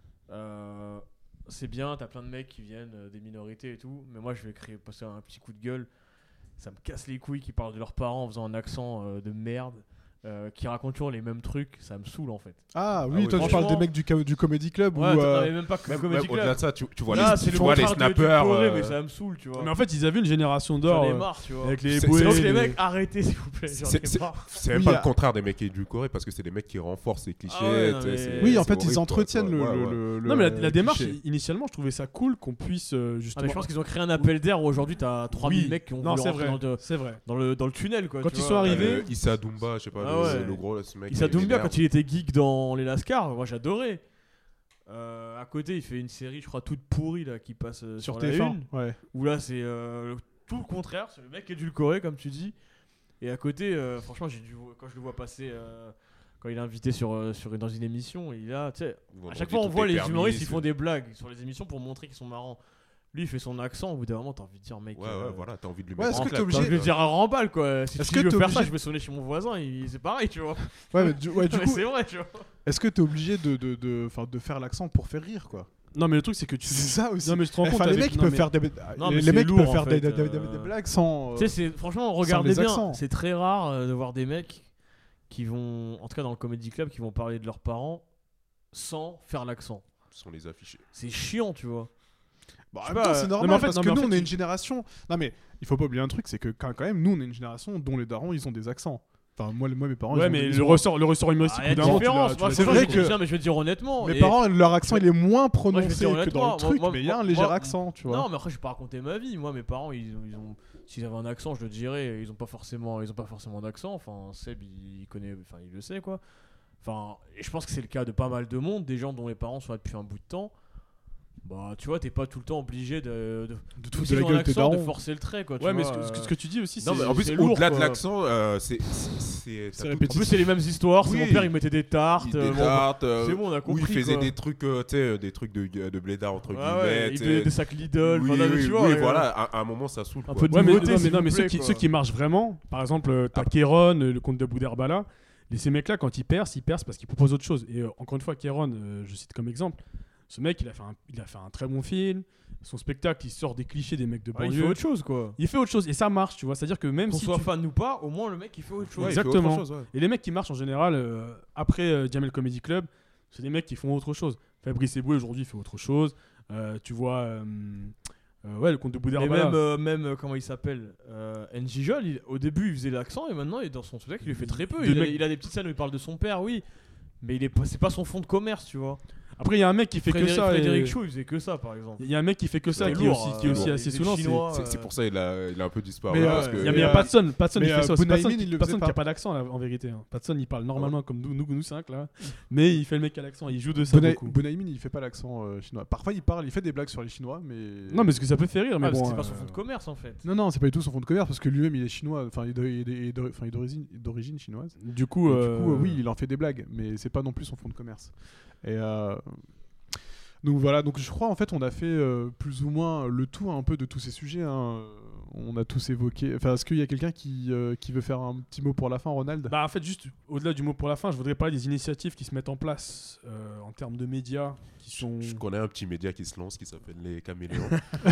euh, c'est bien, t'as plein de mecs qui viennent euh, des minorités et tout, mais moi je vais créer, passer un petit coup de gueule. Ça me casse les couilles qui parlent de leurs parents en faisant un accent euh, de merde, euh, qui racontent toujours les mêmes trucs, ça me saoule en fait. Ah oui, oui, toi tu franchement- parles des mecs du, ca- du Comedy Club Ouais, ou t'en euh, avais même pas que le Même, Comedy même Club. au-delà de ça, tu, tu vois Là, les, c'est tu le vois les contraire de snappers. édulcoré, euh, mais ça me saoule, tu vois. Mais en fait, ils avaient une génération d'or J'en ai euh, marre, tu vois. avec les C'est- bouées. c'est- Donc les les- mecs, arrêtez s'il vous plaît, j'en ai C'est- c'est- marre. C'est même Oui, pas à- le contraire des mecs édulcorés parce que c'est des mecs qui renforcent les clichés. Ah ouais, non, tu sais, mais- c'est- Oui, en c'est fait, horrible, ils quoi, entretiennent tu le, vois. le, Ouais, ouais. le- Non, mais la, le la démarche, cliché. initialement, je trouvais ça cool qu'on puisse euh, Ah, justement. mais je pense qu'ils ont créé un appel d'air où aujourd'hui t'as trois mille Oui. mecs qui ont Non, voulu c'est rentrer vrai. dans le, C'est vrai. dans le, dans le tunnel, quoi. Quand tu ils vois. sont arrivés- Euh, Issa Dumba, je sais pas, Ah le, ouais. le gros là, ce mec. Issa il Doumbia, m'énerve. quand il était geek dans les Lascars, moi j'adorais. Euh, à côté, il fait une série, je crois, toute pourrie là, qui passe euh, sur, Sur la T F un. une. Ouais. Où là, c'est euh, tout le contraire. C'est le mec édulcoré, comme tu dis. Et à côté, euh, franchement, j'ai dû, quand je le vois passer, euh, quand il est invité sur, euh, sur, dans une émission, il a, tu sais, à chaque fois, on voit les humoristes, ils font des blagues sur les émissions pour montrer qu'ils sont marrants. Lui, il fait son accent, au bout d'un moment, t'as envie de dire, mec. Ouais, euh, ouais, voilà, t'as envie de lui Ouais, mettre est-ce en que claque, t'es quoi. T'as obligé- envie de dire un remballe, quoi. Si Est-ce tu que veux t'es faire ça, obligé- je vais sonner chez mon voisin, il- c'est pareil, tu vois. Ouais, mais du, ouais, du Mais coup, c'est vrai, tu vois. est-ce que t'es obligé de, de, de, enfin, de faire l'accent pour faire rire, quoi? Non, mais le truc, c'est que tu. C'est ça aussi. Non, mais je te rends compte. Enfin, les avec- mecs ils non, peuvent mais- faire des, Non, les, mais les c'est mecs lourd, peuvent en faire des, fait, des, des- euh. des blagues sans. euh, Tu sais, c'est franchement, sans regardez les bien, accents. c'est très rare euh, de voir des mecs qui vont, en tout cas dans le Comedy Club, qui vont parler de leurs parents sans faire l'accent. Sans les afficher. C'est chiant, tu vois. Bah, en Je sais même pas, temps, c'est euh, normal non, mais en fait- parce non, que mais en nous, fait, on est tu- une génération. Non, mais il faut pas oublier un truc, c'est que quand, quand même, nous, on est une génération dont les darons, ils ont des accents. Enfin, moi, moi mes parents. ils Ouais, ont mais des- ils le ont- ressort, le ressort humoristique, Ah, il y a au bout d'un une moment, tu l'as- différence. tu Moi, l'as c'est franchement, vrai je que- dis- tiens, mais je vais te dire honnêtement. Mes et- parents, leur accent, il est moins Moi, je vais prononcé te dire que dans honnêtement, le truc, moi- mais il y a un moi- léger moi- accent, tu vois. Non, mais après, je vais pas raconter ma vie. Moi, mes parents, ils ont, ils ont, s'ils avaient un accent, je le dirais. Ils ont pas forcément, ils ont pas forcément d'accent. Enfin, Seb, il connaît, enfin, il le sait, quoi. Enfin, et je pense que c'est le cas de pas mal de monde, des gens dont les parents sont là depuis un bout de temps. Bah, tu vois, t'es pas tout le temps obligé de, de, De même tout de s'ils la ont un gueule de accent, de daron. forcer le trait, quoi. tu Ouais, mais ce vois, que, ce que- euh. ce que tu dis aussi, Non, c'est. mais en plus, c'est lourd, au-delà de quoi. l'accent, euh, c'est. c'est- C'est t'as tout- En répétitif. plus, c'est les mêmes histoires. c'est Oui. Mon père, il mettait des tartes. Il euh, des mon- tartes, euh, C'est bon, on a où compris. il faisait quoi. des trucs, euh, tu sais, des trucs de, de blédard entre Ouais, guillemets. ouais, il tu sais. donnait des sacs Lidl. Oui, enfin, non, mais oui, tu vois, oui, euh, voilà, à, à un moment ça saoule. un quoi. peu de Ouais, mais, nouveauté, non, mais, s'il non, vous mais ceux, plaît, qui, quoi. ceux qui marchent vraiment, par exemple, euh, t'as Kéron, euh, le comte de Boudherbala, et ces mecs-là, quand ils percent, ils percent parce qu'ils proposent autre chose. Et euh, encore une fois, Kéron, euh, je cite comme exemple, ce mec, il a, fait un, il a fait un très bon film, son spectacle, il sort des clichés des mecs de Ouais, il banlieue. fait autre chose, quoi. Il fait autre chose, et ça marche, tu vois. C'est-à-dire que même Qu'on si. soit tu- fan ou pas, au moins le mec il fait autre chose. Ouais, il fait autre Exactement. chose, ouais. Et les mecs qui marchent en général, euh, après euh, Jamel Comedy Club, c'est des mecs qui font autre chose. Fabrice Eboué, aujourd'hui, il fait autre chose. Euh, tu vois. euh, euh, ouais, le comte de Mais Boudherbala. même, euh, même euh, comment il s'appelle euh, N J Jol, il- au début il faisait l'accent et maintenant il est dans son spectacle, il le fait très peu. De Il a, mec- il a des petites scènes où il parle de son père, oui. Mais il est pas, c'est pas son fond de commerce, tu vois. Après, il y a un mec qui fait Frédéric, que ça. Frédéric et- Shaw, il faisait que ça, par exemple. Il y a un mec qui fait que ça, C'était qui est lourd, aussi, qui est euh, aussi les- assez les saoulant. c'est- Chinois, C'est c'est pour ça qu'il a, il a un peu disparu. Mais, parce euh, que- Il y a, mais il y Et, a euh, Patson, Patson il mais, fait euh, ça aussi. Bunaimin, Patson, il le Patson faisait qui a pas. pas d'accent là, en vérité. hein. Patson il parle normalement comme nous, nous, nous cinq là, mais il fait le mec à l'accent, il joue de ça Bunai- beaucoup. Bunaimin, il fait pas l'accent euh, chinois. Parfois, il parle, il fait des blagues sur les Chinois, mais. Non, mais parce que ça peut faire rire, mais Ah, parce bon. que c'est pas euh, son fond de commerce en fait. Non, non, c'est pas du tout son fond de commerce parce que lui-même, il est chinois. Enfin, il est de- il est- il est de- enfin, il est d'origine d'origine chinoise. Du coup, Et euh, Du coup, euh, oui, il en fait des blagues, mais c'est pas non plus son fond de commerce. Et euh, donc voilà, donc je crois en fait on a fait euh, plus ou moins le tour un peu de tous ces sujets. hein. On a tous évoqué. Enfin, est-ce qu'il y a quelqu'un qui, euh, qui veut faire un petit mot pour la fin, Ronald? Bah en fait juste au-delà du mot pour la fin, je voudrais parler des initiatives qui se mettent en place euh, en termes de médias qui sont. Je connais un petit média qui se lance qui s'appelle Les Caméléons.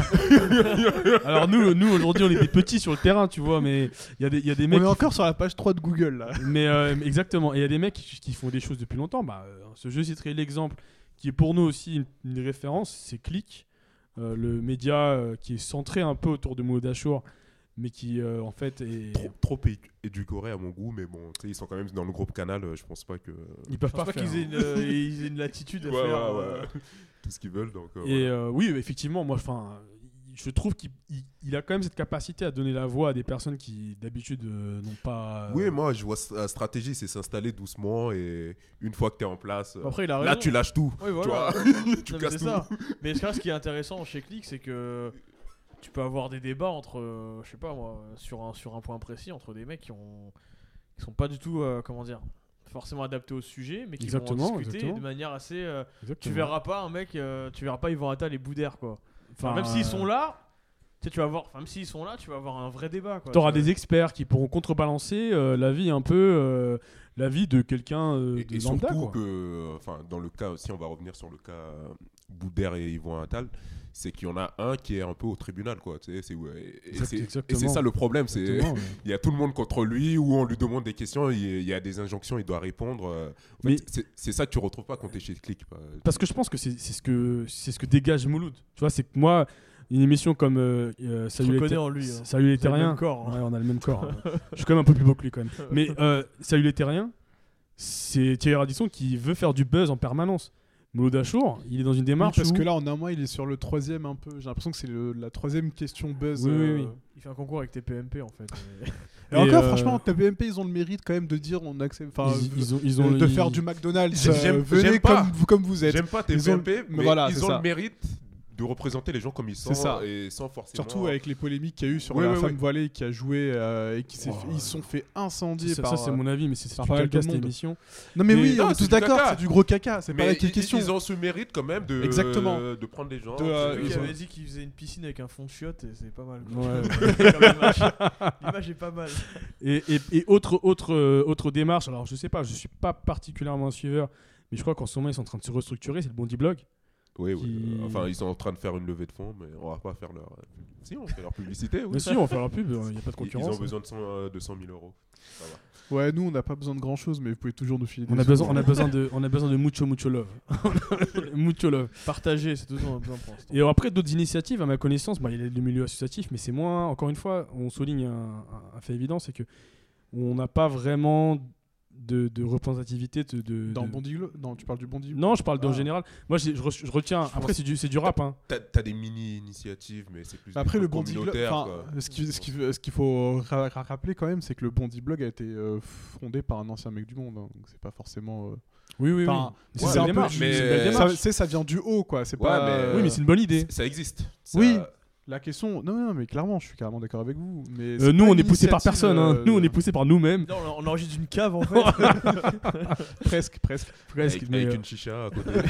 Alors nous, nous aujourd'hui on est des petits sur le terrain, tu vois, mais il y a des, il y a des On mecs. est qui encore sur la page trois de Google là. Mais euh, exactement, et il y a des mecs qui, qui font des choses depuis longtemps. Bah, euh, ce jeu citerai l'exemple qui est pour nous aussi une, une référence, c'est Click, euh, le média euh, qui est centré un peu autour de Mouloud Achour, mais qui euh, en fait est... trop, trop é- édulcoré à mon goût, mais bon, tu sais, ils sont quand même dans le groupe Canal, euh, je pense pas que. Ils Je peuvent pense pas, pas faire. qu'ils aient, une, euh, ils aient une latitude à Ouais, faire. ouais, euh, ouais. Tout ce qu'ils veulent, donc. euh, Et voilà. euh, oui, effectivement, moi, enfin, je trouve qu'il il- il a quand même cette capacité à donner la voix à des personnes qui d'habitude euh, n'ont pas. euh, Oui, moi, je vois la stratégie, c'est s'installer doucement et une fois que tu es en place, euh, Après, il a là, raison. tu lâches tout. Oui, voilà. Tu vois, tu Non, mais casses c'est tout. ça. Mais ce ce qui est intéressant chez Click, c'est que tu peux avoir des débats entre, euh, je sais pas moi, sur un, sur un point précis, entre des mecs qui ont qui sont pas du tout, euh, comment dire, forcément adaptés au sujet, mais qui Exactement, vont en discuter exactement. de manière assez. euh, tu exactement. verras pas un mec, euh, tu verras pas Yvan Attal et Boudère quoi. Enfin, Enfin, même s'ils euh, sont là, tu sais, tu vas voir. Enfin, même s'ils sont là, tu vas avoir un vrai débat quoi. T'auras Tu vois. des experts qui pourront contrebalancer euh, la vie un peu, euh, la vie de quelqu'un euh, Et, de et lambda, surtout quoi. que, euh, enfin, dans le cas, si on va revenir sur le cas euh, Boudère et Yvan Attal, c'est qu'il y en a un qui est un peu au tribunal, quoi. Tu sais, c'est, ouais, et, Exact- c'est, et exactement. c'est ça le problème, c'est Exactement, ouais. il y a tout le monde contre lui, où on lui demande des questions, il y a- il y a des injonctions, il doit répondre. euh. En fait, Mais- c'est, c'est ça que tu retrouves pas quand tu es chez Click. quoi. Parce que je pense que c'est c'est ce que c'est ce que dégage Mouloud. Tu vois, c'est que moi, une émission comme euh, euh, Salut, Je les reconnais Ter- en lui, hein. Salut les Vous avez le Terriens. même corps, hein. Ouais, on a le même corps. hein. Je suis quand même un peu plus beau que lui quand même. Mais euh, Salut les Terriens, c'est Thierry Radisson qui veut faire du buzz en permanence. Mouloud Achour, il est dans une Oui, démarche parce où- que là, en un mois, il est sur le troisième un peu. J'ai l'impression que c'est le- la troisième question buzz. Oui, oui, euh, oui. Il fait un concours avec T P M P en fait. Et, Et, encore, euh, franchement, T P M P, ils ont le mérite quand même de dire on accepte. Enfin, ils, v- ils ont, ils ont de, de ils- faire du McDonald's. J'aime- euh, j'aime- venez j'aime pas. comme vous, comme vous êtes. J'aime pas Ils T P ont- M P, mais voilà, ils c'est ont ça. le mérite de représenter les gens comme ils sont. C'est ça. Et sans forcément. Surtout avec les polémiques qu'il y a eu sur Oui, la oui, femme oui. voilée qui a joué euh, et qui s'est Oh, fait- ils se sont fait incendier ça, par. ça, c'est euh, mon avis, mais c'est c'est par du pas mal caca de cette monde. émission. Non mais Mais- oui, Non, on est c'est tous du d'accord, caca. c'est du gros caca, c'est pas Mais la ils, question. ils ont ce mérite quand même de, Exactement. de prendre les gens. De, euh, de- Celui ils qui ont- avait dit qu'il faisait une piscine avec un fond de chiottes, et c'est pas mal. quoi. Ouais, Comme l'image. L'image est pas mal. Et, et, et autre, autre, euh, autre démarche, alors je sais pas, je suis pas particulièrement un suiveur, mais je crois qu'en ce moment ils sont en train de se restructurer, c'est le Bondi Blog. Oui, oui. qui- euh, Enfin, ils sont en train de faire une levée de fonds, mais on va pas faire leur. Si, on fait leur publicité. Oui. Mais si, on va faire leur pub, il n'y a pas de Ils- Ils concurrence. ont besoin de cent, euh, de cent mille euros. Ça va. Ouais, nous on n'a pas besoin de grand chose, mais vous pouvez toujours nous filer des On a, sous. besoin, on, a besoin de, on a besoin de mucho, mucho love. mucho love. Partagé, c'est tout ce qu'on a besoin pour l'instant. Et après, d'autres initiatives, à ma connaissance, bah, il y a le milieu associatif, mais c'est moins. Encore une fois, on souligne un, un- un fait évident, c'est que on n'a pas vraiment de, de représentativité de. de- Dans de- Bondi Glo- Non, tu parles du Bondi. Non, je parle d'en Ah. général. Moi, j'ai- je, re- je retiens. Je Après, pense- c'est du, c'est du rap. Hein. T'as, t'as des mini-initiatives, mais c'est plus. Après des le trucs Bondi Blog, communautaires, enfin, quoi. ce qu'il ce qu'il faut- ce qu'il faut ra- ra- rappeler quand même, c'est que le Bondi Blog a été euh, fondé par un ancien mec du monde, hein, donc c'est pas forcément. euh, Oui, oui, Enfin, oui. c'est C'est un une peu démarche. du- mais c'est une mais- belle Ça, démarche. c'est- ça vient du haut, quoi. C'est Ouais, pas. mais- euh, Oui, mais c'est une bonne idée. Ça existe. Ça- Oui. La question, non, non, mais clairement, je suis carrément d'accord avec vous. Mais Euh, c'est nous, pas on une est poussé par initiative, personne. hein. euh, Nous, on est poussé par nous-mêmes. Non, on enregistre d'une cave en fait. presque, presque. Presque, Avec, mais, avec euh, une chicha à côté.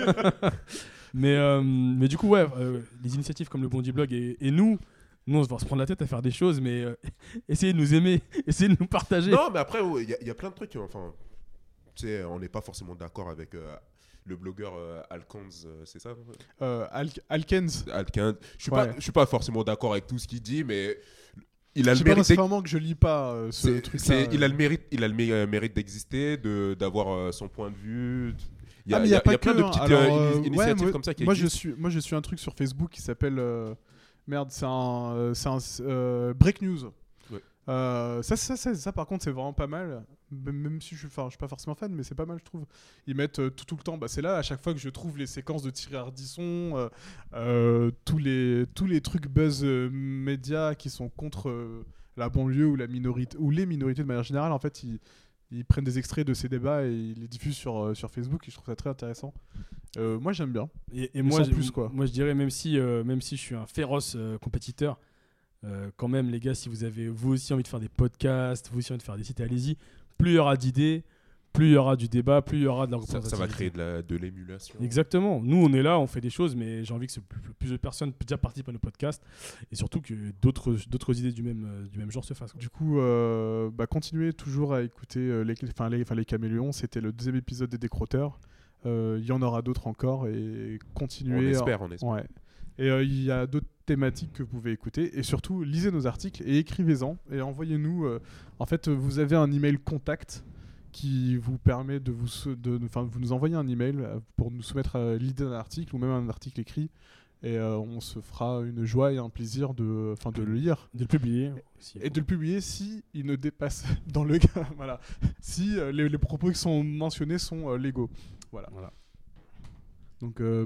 mais, euh, mais du coup, ouais, euh, les initiatives comme le Bondi Blog et, et nous, nous, on va se prendre la tête à faire des choses, mais euh, essayez de nous aimer, essayez de nous partager. Non, mais après, il y, a- y a plein de trucs. Enfin, tu sais, on n'est pas forcément d'accord avec euh, le blogueur euh, Alkans, euh, c'est ça Euh, Al- Alkens. Alkans. Je suis Ouais. pas, je suis pas forcément d'accord avec tout ce qu'il dit, mais il a Je sais le pas, mérite. c'est d'ex- vraiment que je lis pas euh, ce c'est- truc-là. c'est- il a euh. le mérite, il a le mé- euh, mérite d'exister, de d'avoir euh, son point de vue. Il y a, Ah, mais il y a- pas il y a plein que, de hein. petites Alors, euh, euh, ini- ouais, initiatives moi, comme ça qui moi je existent. suis, moi je suis un truc sur Facebook qui s'appelle euh, merde, c'est un, euh, c'est un euh, Break News. Ouais. Euh, ça, ça, ça, ça, par contre, c'est vraiment pas mal. Même même si je suis, enfin, je suis pas forcément fan, mais c'est pas mal, je trouve. Ils mettent euh, tout, tout le temps. Bah, c'est là, à chaque fois que je trouve les séquences de Thierry Ardisson, euh, euh, tous les tous les trucs buzz euh, médias qui sont contre euh, la banlieue ou la minorité ou les minorités de manière générale. En fait, ils, ils prennent des extraits de ces débats et ils les diffusent sur euh, sur Facebook. Et je trouve ça très intéressant. Euh, moi, j'aime bien. Et, et Mais moi, sans je- plus, quoi. moi, je dirais, même si, euh, même si je suis un féroce euh, compétiteur, euh, quand même, les gars, si vous avez vous aussi envie de faire des podcasts, vous aussi envie de faire des sites, allez-y. Plus il y aura d'idées, plus il y aura du débat, plus il y aura de la Ça, ça va représentativité. créer de la- de l'émulation. Exactement. Nous, on est là, on fait des choses, mais j'ai envie que ce plus, plus de personnes déjà participent à nos podcasts et surtout que d'autres d'autres idées du même, euh, du même genre se fassent. quoi. Du coup, euh, bah, continuez toujours à écouter euh, les, enfin, les, enfin, les Caméléons. C'était le deuxième épisode des Décrotteurs. Euh, Il y en aura d'autres encore et On continuez. espère, on espère. Ouais. Et euh, il y a d'autres thématiques que vous pouvez écouter. Et surtout, lisez nos articles et écrivez-en. Et envoyez-nous. euh, en fait, vous avez un email contact qui vous permet de vous, sou- de, de- 'fin, vous nous envoyer un email euh, pour nous soumettre euh, l'idée d'un article ou même un article écrit. Et euh, on se fera une joie et un plaisir de, 'fin, de le lire. De le publier aussi. Et de le publier si il ne dépasse dans le voilà, si euh, les, les propos qui sont mentionnés sont euh, légaux. Voilà. Voilà. Donc euh,